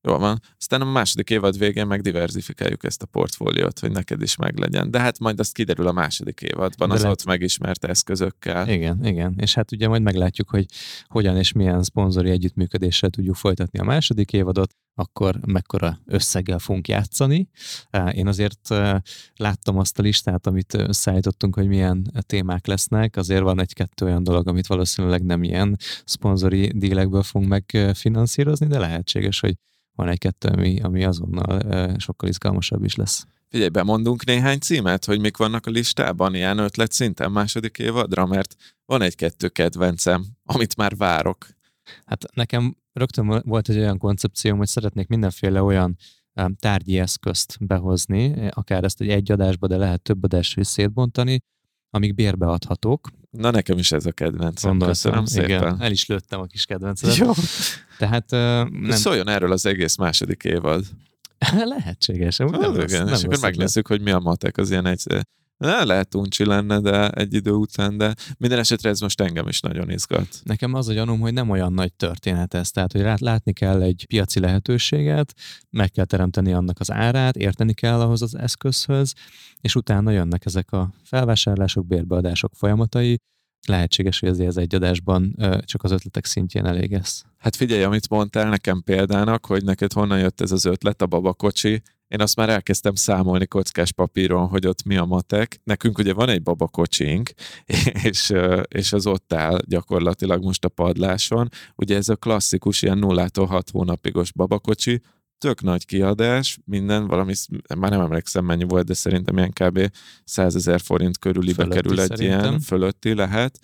Jól van. Aztán a második évad végén meg diverzifikáljuk ezt a portfóliót, hogy neked is meglegyen. De hát majd azt kiderül a második évadban,
De
az
lehet...
ott megismert eszközökkel.
Igen, igen. És hát ugye majd meglátjuk, hogy hogyan és milyen szponzori együttműködéssel tudjuk folytatni a második évadot, akkor mekkora összeggel fogunk játszani. Én azért láttam azt a listát, amit összeállítottunk, hogy milyen témák lesznek. Azért van egy-kettő olyan dolog, amit valószínűleg nem ilyen szponzori dílekből fogunk megfinanszírozni, de lehetséges, hogy van egy-kettő, ami, ami azonnal sokkal izgalmasabb is lesz.
Figyelj, bemondunk néhány címet, hogy mik vannak a listában, ilyen ötlet szinten második évadra, mert van egy-kettő kedvencem, amit már várok.
Hát nekem rögtön volt egy olyan koncepcióm, hogy szeretnék mindenféle olyan tárgyi eszközt behozni, akár ezt egy egy adásba, de lehet több adásra is szétbontani, amik bérbeadhatók.
Na nekem is ez a kedvencem.
Gondoltam,
köszönöm szépen.
Igen, el is lőttem a kis kedvencedet.
Jó.
Tehát, uh, nem...
Szóljon erről az egész második évad.
Lehetséges.
Ah,
nem
igen,
nem
és akkor megnézzük, hogy mi a matek, az ilyen egy... Ne, lehet uncsi lenne, de egy idő után, de minden esetre ez most engem is nagyon izgat.
Nekem az a gyanúm, hogy nem olyan nagy történet ez, tehát hogy látni kell egy piaci lehetőséget, meg kell teremteni annak az árát, érteni kell ahhoz az eszközhöz, és utána jönnek ezek a felvásárlások, bérbeadások folyamatai. Lehetséges, hogy azért az egy adásban csak az ötletek szintjén elég ez.
Hát figyelj, amit mondtál nekem példának, hogy neked honnan jött ez az ötlet, a babakocsi. Én azt már elkezdtem számolni kockás papíron, hogy ott mi a matek. Nekünk ugye van egy babakocsink, és, és az ott áll gyakorlatilag most a padláson. Ugye ez a klasszikus ilyen nullától hat hónapigos babakocsi, tök nagy kiadás, minden, valami, már nem emlékszem mennyi volt, de szerintem ilyen kb. százezer forint körülibe fölötti kerül egy szerintem. Ilyen, fölötti lehet,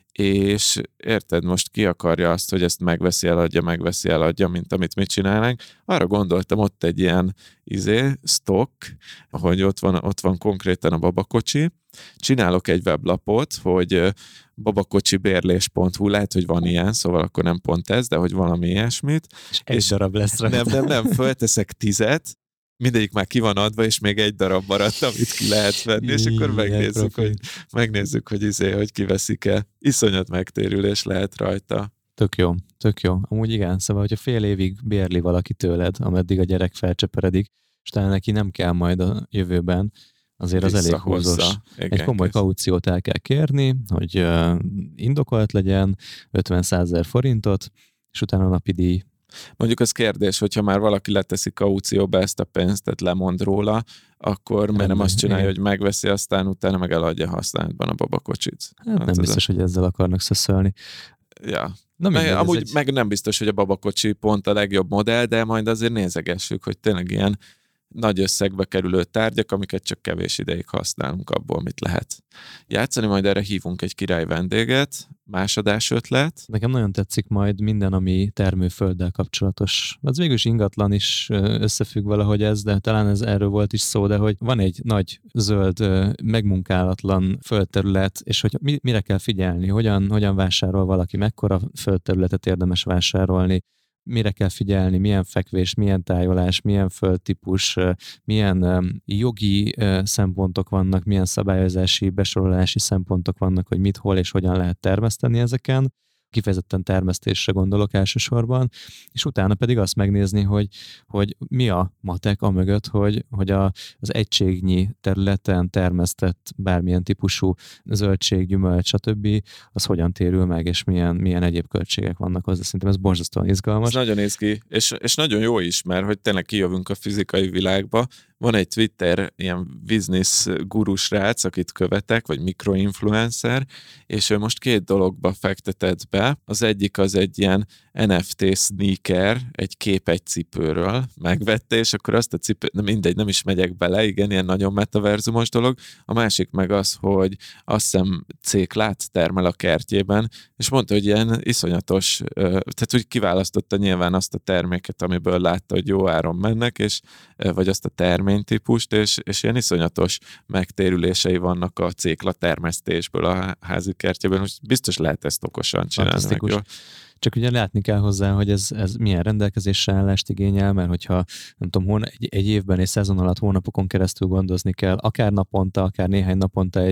és érted, most ki akarja azt, hogy ezt megveszi, eladja, megveszi, eladja, mint amit mi csinálnánk. Arra gondoltam, ott egy ilyen izé, stock, hogy ott van, ott van konkrétan a babakocsi. Csinálok egy weblapot, hogy babakocsibérlés pont hu, lehet, hogy van ilyen, szóval akkor nem pont ez, de hogy valami ilyesmit.
És egy és darab lesz rá.
Nem, nem, nem, fölteszek tizet, mindegyik már ki van adva, és még egy darab maradt, amit ki lehet venni, és akkor megnézzük, hogy, megnézzük, hogy izé, hogy kiveszik-e. Iszonyat megtérülés lehet rajta.
Tök jó, tök jó. Amúgy igen, szóval, hogyha fél évig bérli valaki tőled, ameddig a gyerek felcseperedik, és talán neki nem kell majd a jövőben, azért az elég húzós. Egy komoly kauciót el kell kérni, hogy uh, indokolt legyen, ötven-százezer forintot, és utána a napi díj.
Mondjuk az kérdés, hogyha már valaki leteszi kaucióba ezt a pénzt, tehát lemond róla, akkor miért nem azt csinálja, igen. hogy megveszi, aztán utána meg eladja használatban a babakocsit.
Hát, hát nem biztos, a... hogy ezzel akarnak szöszölni.
Ja. Na, meg, amúgy egy... meg nem biztos, hogy a babakocsi pont a legjobb modell, de majd azért nézegessük, hogy tényleg ilyen nagy összegbe kerülő tárgyak, amiket csak kevés ideig használunk, abból mit lehet játszani. Majd erre hívunk egy király vendéget, másodás ötlet.
Nekem nagyon tetszik majd minden, ami termőfölddel kapcsolatos. Az végül is ingatlan is összefügg valahogy ez, de talán ez erről volt is szó, de hogy van egy nagy zöld, megmunkálatlan földterület, és hogy mire kell figyelni, hogyan, hogyan vásárol valaki, mekkora földterületet érdemes vásárolni, mire kell figyelni, milyen fekvés, milyen tájolás, milyen földtípus, milyen jogi szempontok vannak, milyen szabályozási, besorolási szempontok vannak, hogy mit, hol és hogyan lehet termeszteni ezeken. Kifejezetten termesztésre gondolok elsősorban, és utána pedig azt megnézni, hogy, hogy mi a matek amögött, hogy, hogy a, az egységnyi területen termesztett bármilyen típusú zöldség, gyümölcs, stb. Az hogyan térül meg, és milyen, milyen egyéb költségek vannak hozzá. Szerintem ez borzasztóan izgalmas.
Ez nagyon izgi, és, és nagyon jó is, mert hogy tényleg kijövünk a fizikai világba. Van egy Twitter ilyen business guru srác, akit követek, vagy mikroinfluencer, és ő most két dologba fektetett be. Az egyik az egy ilyen en ef té sneaker, egy kép egy cipőről megvette, és akkor azt a cipőt, nem mindegy, nem is megyek bele, igen, ilyen nagyon metaverzumos dolog. A másik meg az, hogy azt hiszem céklát termel a kertjében, és mondta, hogy ilyen iszonyatos, tehát úgy kiválasztotta nyilván azt a terméket, amiből látta, hogy jó áron mennek, és vagy azt a terménytípust, és, és ilyen iszonyatos megtérülései vannak a cékla termesztésből a házi kertjében, hogy biztos lehet ezt okosan csinálni.
Csak ugye látni kell hozzá, hogy ez, ez milyen rendelkezésre állást igényel, mert hogyha nem tudom, hón, egy, egy évben és szezon alatt hónapokon keresztül gondozni kell, akár naponta, akár néhány naponta egy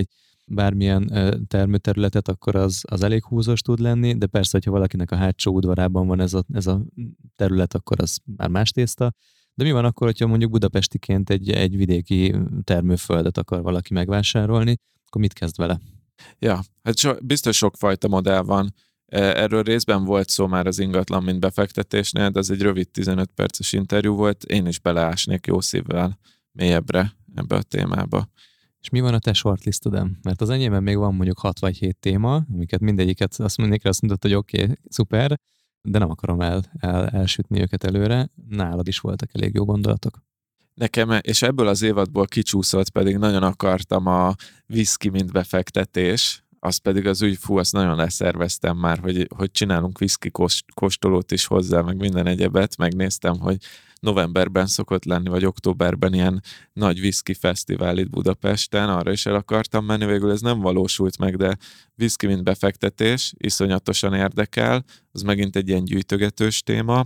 bármilyen termőterületet, akkor az, az elég húzós tud lenni, de persze, hogyha valakinek a hátsó udvarában van ez a, ez a terület, akkor az már más tészta. De mi van akkor, hogyha mondjuk budapestiként egy, egy vidéki termőföldet akar valaki megvásárolni, akkor mit kezd vele?
Ja, hát so, biztos sokfajta modell van. Erről részben volt szó már az ingatlan, mint befektetésnél, de ez egy rövid tizenöt perces interjú volt. Én is beleásnék jó szívvel mélyebbre ebbe a témába.
És mi van a te shortlistodon? Mert az enyémben még van mondjuk hat vagy hét téma, amiket mindegyiket azt mondjuk, azt mondod, hogy oké, okay, szuper, de nem akarom el, el, elsütni őket előre. Nálad is voltak elég jó gondolatok.
Nekem, és ebből az évadból kicsúszott, pedig nagyon akartam a whisky, mint befektetés, azt pedig az úgy, fú, azt nagyon leszerveztem már, hogy, hogy csinálunk whisky kóstolót is hozzá, meg minden egyebet, megnéztem, hogy novemberben szokott lenni, vagy októberben ilyen nagy whisky fesztivál itt Budapesten, arra is el akartam menni, végül ez nem valósult meg, de whisky, mint befektetés, iszonyatosan érdekel, az megint egy ilyen gyűjtögetős téma.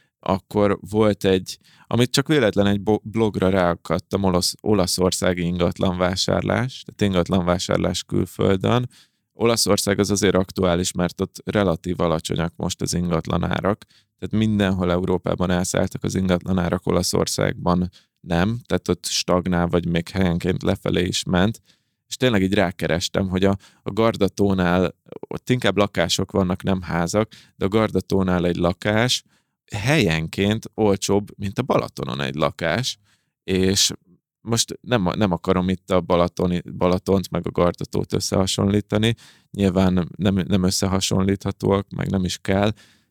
Akkor volt egy, amit csak véletlen egy blogra ráakadtam, olasz, olaszországi ingatlanvásárlás, tehát ingatlanvásárlás külföldön. Olaszország az azért aktuális, mert ott relatív alacsonyak most az ingatlanárak, tehát mindenhol Európában elszálltak az ingatlanárak, Olaszországban nem, tehát ott stagnál, vagy még helyenként lefelé is ment, és tényleg így rákerestem, hogy a, a Gardatónál, ott inkább lakások vannak, nem házak, de a Gardatónál egy lakás helyenként olcsóbb, mint a Balatonon egy lakás, és most nem, nem akarom itt a Balatoni, Balatont meg a Gardatót összehasonlítani, nyilván nem, nem összehasonlíthatóak, meg nem is kell,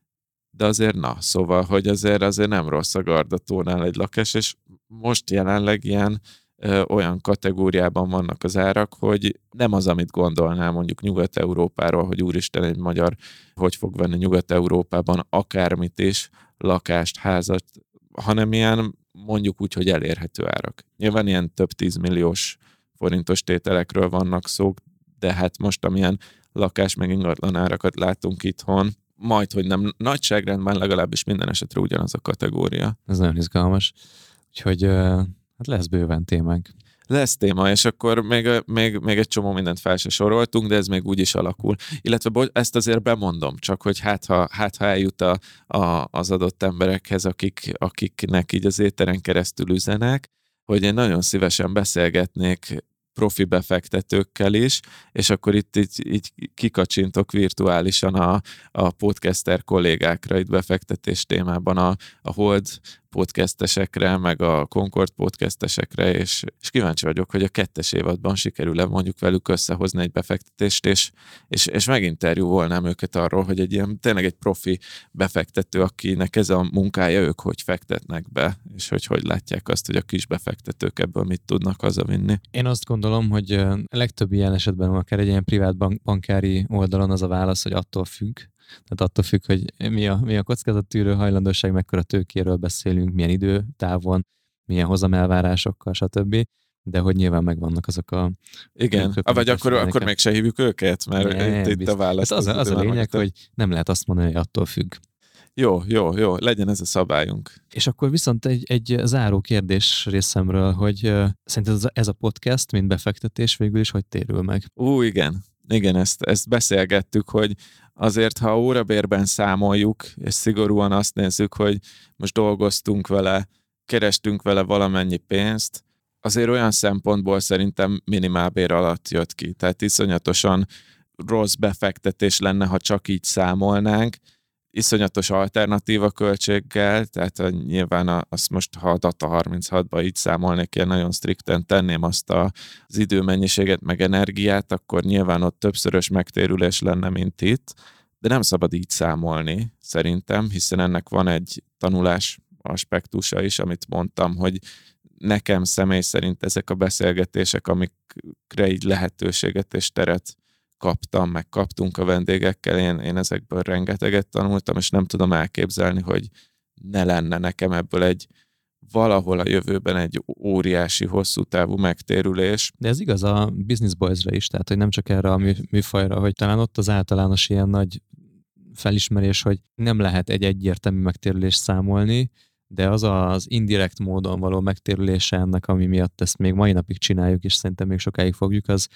de azért na, szóval, hogy azért, azért nem rossz a Gardatónál egy lakás, és most jelenleg ilyen ö, olyan kategóriában vannak az árak, hogy nem az, amit gondolnál mondjuk Nyugat-Európáról, hogy úristen, egy magyar hogy fog venni Nyugat-Európában akármit is, lakást, házat, hanem ilyen mondjuk úgy, hogy elérhető árak. Nyilván ilyen több tízmilliós forintos tételekről vannak szó, de hát most amilyen lakás meg ingatlan árakat látunk itthon, majd, hogy nem nagyságrendben, legalábbis minden esetre ugyanaz a kategória.
Ez nagyon izgalmas. Úgyhogy hát lesz bőven témánk.
Lesz téma, és akkor még, még, még egy csomó mindent fel se soroltunk, de ez még úgy is alakul. Illetve ezt azért bemondom, csak hogy hát ha, hát, ha eljut a, a, az adott emberekhez, akik, akiknek így az éteren keresztül üzenek, hogy én nagyon szívesen beszélgetnék profi befektetőkkel is, és akkor itt így, így kikacsintok virtuálisan a, a podcaster kollégákra itt befektetés témában, a, a Hold podcastesekre, meg a Concord podcastesekre, és, és kíváncsi vagyok, hogy a kettes évadban sikerül-e mondjuk velük összehozni egy befektetést, és, és, és meginterjúvolnám őket arról, hogy egy ilyen tényleg egy profi befektető, akinek ez a munkája, ők hogy fektetnek be, és hogy hogy látják azt, hogy a kis befektetők ebből mit tudnak hazavinni.
Én azt gondolom, hogy a legtöbb ilyen esetben akár egy ilyen privát bank, bankári oldalon az a válasz, hogy attól függ. Tehát attól függ, hogy mi a, mi a kockázattűrő hajlandóság, mekkora tőkéről beszélünk, milyen időtávon, milyen hozamelvárásokkal, stb. De hogy nyilván megvannak azok a...
Igen, vagy akkor, akkor mégse hívjuk őket, mert ne, itt, itt a válasz.
Az, az, az a lényeg, hogy nem lehet azt mondani, hogy attól függ.
Jó, jó, jó, legyen ez a szabályunk.
És akkor viszont egy, egy záró kérdés részemről, hogy uh, szerinted ez a podcast, mint befektetés végül is hogy térül meg?
Ú, igen. Igen, ezt, ezt beszélgettük, hogy azért, ha órabérben számoljuk, és szigorúan azt nézzük, hogy most dolgoztunk vele, kerestünk vele valamennyi pénzt, azért olyan szempontból szerintem minimálbér alatt jött ki. Tehát iszonyatosan rossz befektetés lenne, ha csak így számolnánk, iszonyatos alternatíva költséggel, tehát a, nyilván a, azt most, ha a Data harminchatban így számolnék, ilyen nagyon strikten tenném azt a, az időmennyiséget, meg energiát, akkor nyilván ott többszörös megtérülés lenne, mint itt, de nem szabad így számolni, szerintem, hiszen ennek van egy tanulás aspektusa is, amit mondtam, hogy nekem személy szerint ezek a beszélgetések, amikre így lehetőséget és teret kaptam, meg kaptunk a vendégekkel, én, én ezekből rengeteget tanultam, és nem tudom elképzelni, hogy ne lenne nekem ebből egy valahol a jövőben egy óriási, hosszú távú megtérülés.
De ez igaz a Business Boys-ra is, tehát hogy nem csak erre a mű, műfajra, hogy talán ott az általános ilyen nagy felismerés, hogy nem lehet egy egyértelmű megtérülést számolni, de az az indirekt módon való megtérülése ennek, ami miatt ezt még mai napig csináljuk, és szerintem még sokáig fogjuk, az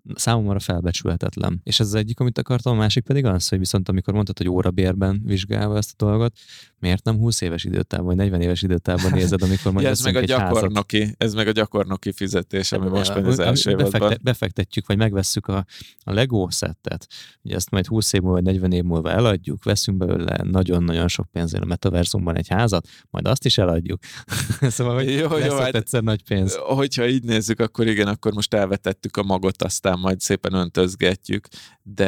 számomra felbecsülhetetlen. És ez az egyik, amit akartam, a másik pedig az, hogy viszont amikor mondtad, hogy órabérben vizsgálva ezt a dolgot, miért nem húsz éves időtávban, vagy negyven éves időtávban nézed, amikor majd
ja, ez meg a
egy
gyakornoki,
házat.
Ez meg a gyakornoki fizetés, ami
Hát,
most megy az első
befektet,
évadban.
Befektetjük, vagy megvesszük a, a Lego szettet, ugye ezt majd húsz év múlva, vagy negyven év múlva eladjuk, veszünk belőle nagyon-nagyon sok pénzért a metaverzumban egy házat, majd azt is eladjuk. Szóval, hogy
jó,
lesz
jó, hát,
egyszer nagy pénz.
Hogyha így nézzük, akkor igen, akkor most elvetettük a magot, aztán majd szépen öntözgetjük, de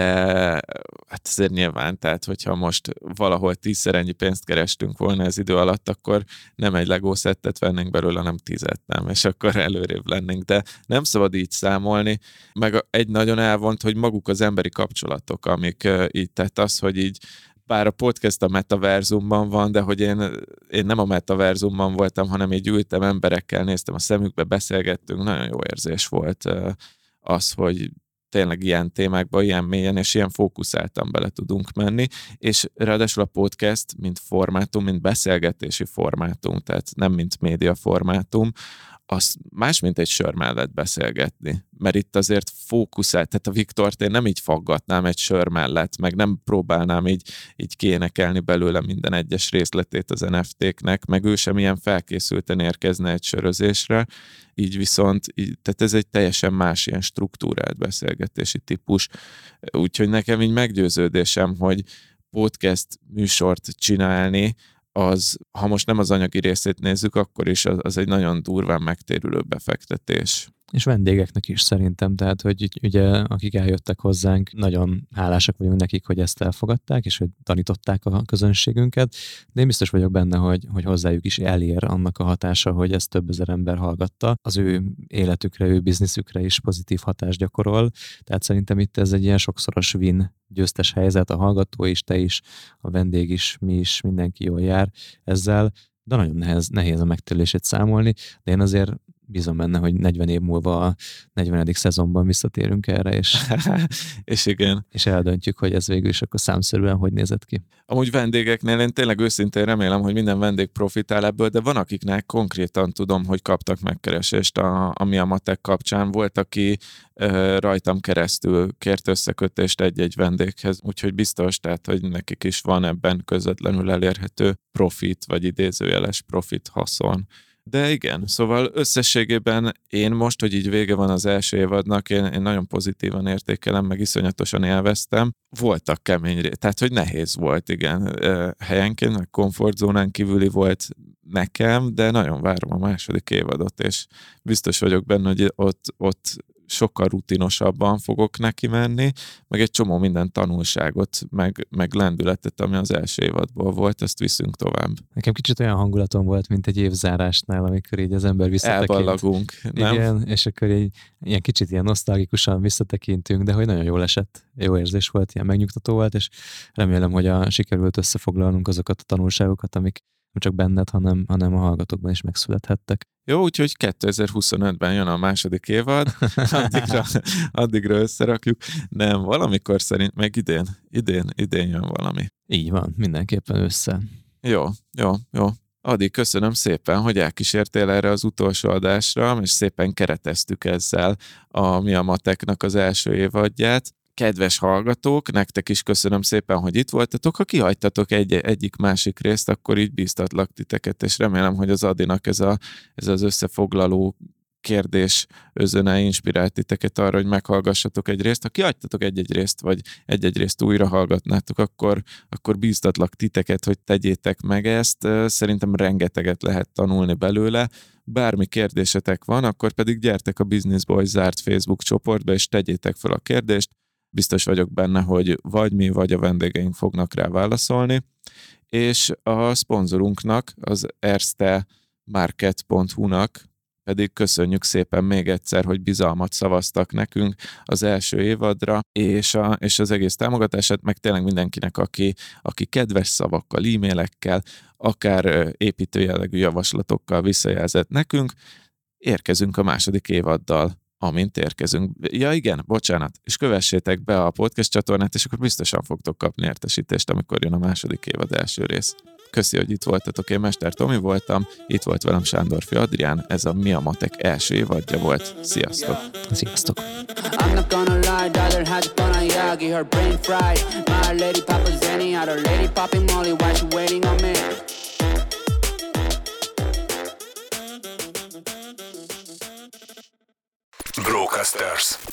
hát azért nyilván, tehát hogyha most valahol tízszer ennyi pénzt kerestünk volna ez idő alatt, akkor nem egy Lego szettet vennénk belőle, hanem tizet nem, és akkor előrébb lennénk, de nem szabad így számolni, meg egy nagyon elvont, hogy maguk az emberi kapcsolatok, amik így, tehát az, hogy így bár a podcast a metaverzumban van, de hogy én, én nem a metaverzumban voltam, hanem így ültem emberekkel, néztem a szemükbe, beszélgettünk, nagyon jó érzés volt az, hogy tényleg ilyen témákba, ilyen mélyen és ilyen fókuszáltan bele tudunk menni, és ráadásul a podcast, mint formátum, mint beszélgetési formátum, tehát nem mint média formátum, az más, mint egy sör mellett beszélgetni. Mert itt azért fókuszál, tehát a Viktort én nem így faggatnám egy sör mellett, meg nem próbálnám így, így kiénekelni belőle minden egyes részletét az en ef té-knek, meg ő sem ilyen felkészülten érkezne egy sörözésre, így viszont, így, tehát ez egy teljesen más ilyen struktúrált beszélgetési típus. Úgyhogy nekem így meggyőződésem, hogy podcast műsort csinálni, az, ha most nem az anyagi részét nézzük, akkor is az, az egy nagyon durván megtérülő befektetés.
És vendégeknek is szerintem, tehát, hogy ugye, akik eljöttek hozzánk, nagyon hálásak vagyunk nekik, hogy ezt elfogadták, és hogy tanították a közönségünket, de én biztos vagyok benne, hogy, hogy hozzájuk is elér annak a hatása, hogy ezt több ezer ember hallgatta. Az ő életükre, ő bizniszükre is pozitív hatást gyakorol, tehát szerintem itt ez egy ilyen sokszoros win győztes helyzet, a hallgató is, te is, a vendég is, mi is, mindenki jól jár ezzel, de nagyon nehéz, nehéz a megtérülését számolni, de én azért bízom benne, hogy negyven év múlva a negyvenedik szezonban visszatérünk erre, és,
és igen.
És eldöntjük, hogy ez végül is akkor számszerűen hogy nézett ki.
Amúgy vendégeknél én tényleg őszintén remélem, hogy minden vendég profitál ebből, de van akiknek konkrétan tudom, hogy kaptak megkeresést a, a Mi a Matek kapcsán. Volt, aki e, rajtam keresztül kért összekötést egy-egy vendéghez, úgyhogy biztos, tehát, hogy nekik is van ebben közvetlenül elérhető profit, vagy idézőjeles profit haszon. De igen, szóval összességében én most, hogy így vége van az első évadnak, én, én nagyon pozitívan értékelem, meg iszonyatosan élveztem. Voltak kemény, tehát hogy nehéz volt, igen, helyenként, meg komfortzónán kívüli volt nekem, de nagyon várom a második évadot, és biztos vagyok benne, hogy ott, ott sokkal rutinosabban fogok neki menni, meg egy csomó minden tanulságot, meg, meg lendületet, ami az első évadból volt, ezt viszünk tovább.
Nekem kicsit olyan hangulatom volt, mint egy évzárásnál, amikor így az ember visszatekint.
Elballagunk, nem?
Igen, és akkor így ilyen kicsit ilyen nosztalgikusan visszatekintünk, de hogy nagyon jól esett, jó érzés volt, ilyen megnyugtató volt, és remélem, hogy a, sikerült összefoglalnunk azokat a tanulságokat, amik nem csak benned, hanem, hanem a hallgatókban is megszülethettek.
Jó, úgyhogy kétezer-huszonötben jön a második évad, addigra, addigra összerakjuk. Nem, valamikor szerint, meg idén, idén, idén jön valami.
Így van, mindenképpen össze.
Jó, jó, jó. Adi, köszönöm szépen, hogy elkísértél erre az utolsó adásra, és szépen kereteztük ezzel a Mi a Mateknak az első évadját. Kedves hallgatók, nektek is köszönöm szépen, hogy itt voltatok. Ha kihagytatok egy, egyik-másik részt, akkor így bíztatlak titeket, és remélem, hogy az Adinak ez, a, ez az összefoglaló kérdés özöne inspirált titeket arra, hogy meghallgassatok egy részt. Ha kihagytatok egy-egy részt, vagy egy-egy részt újra hallgatnátok, akkor, akkor bíztatlak titeket, hogy tegyétek meg ezt. Szerintem rengeteget lehet tanulni belőle. Bármi kérdésetek van, akkor pedig gyertek a Business Boys zárt Facebook csoportba, és tegyétek fel a kérdést. Biztos vagyok benne, hogy vagy mi, vagy a vendégeink fognak rá válaszolni. És a szponzorunknak, az erstemarket pont hu-nak pedig köszönjük szépen még egyszer, hogy bizalmat szavaztak nekünk az első évadra, és, a, és az egész támogatását, meg tényleg mindenkinek, aki, aki kedves szavakkal, e-mailekkel, akár építő jellegű javaslatokkal visszajelzett nekünk. Érkezünk a második évaddal, amint érkezünk. Ja igen, bocsánat, és kövessétek be a podcast csatornát, és akkor biztosan fogtok kapni értesítést, amikor jön a második évad első rész. Köszi, hogy itt voltatok, én Mester Tomi voltam, itt volt velem Sándorfi Adrián, ez a Mi a Matek első évadja volt. Sziasztok!
Sziasztok!
I'm not gonna lie, daughter had fun on Yagi, her brain fried. My lady Papa Zenny had her lady popping Molly while she waiting on me.
Brocasters.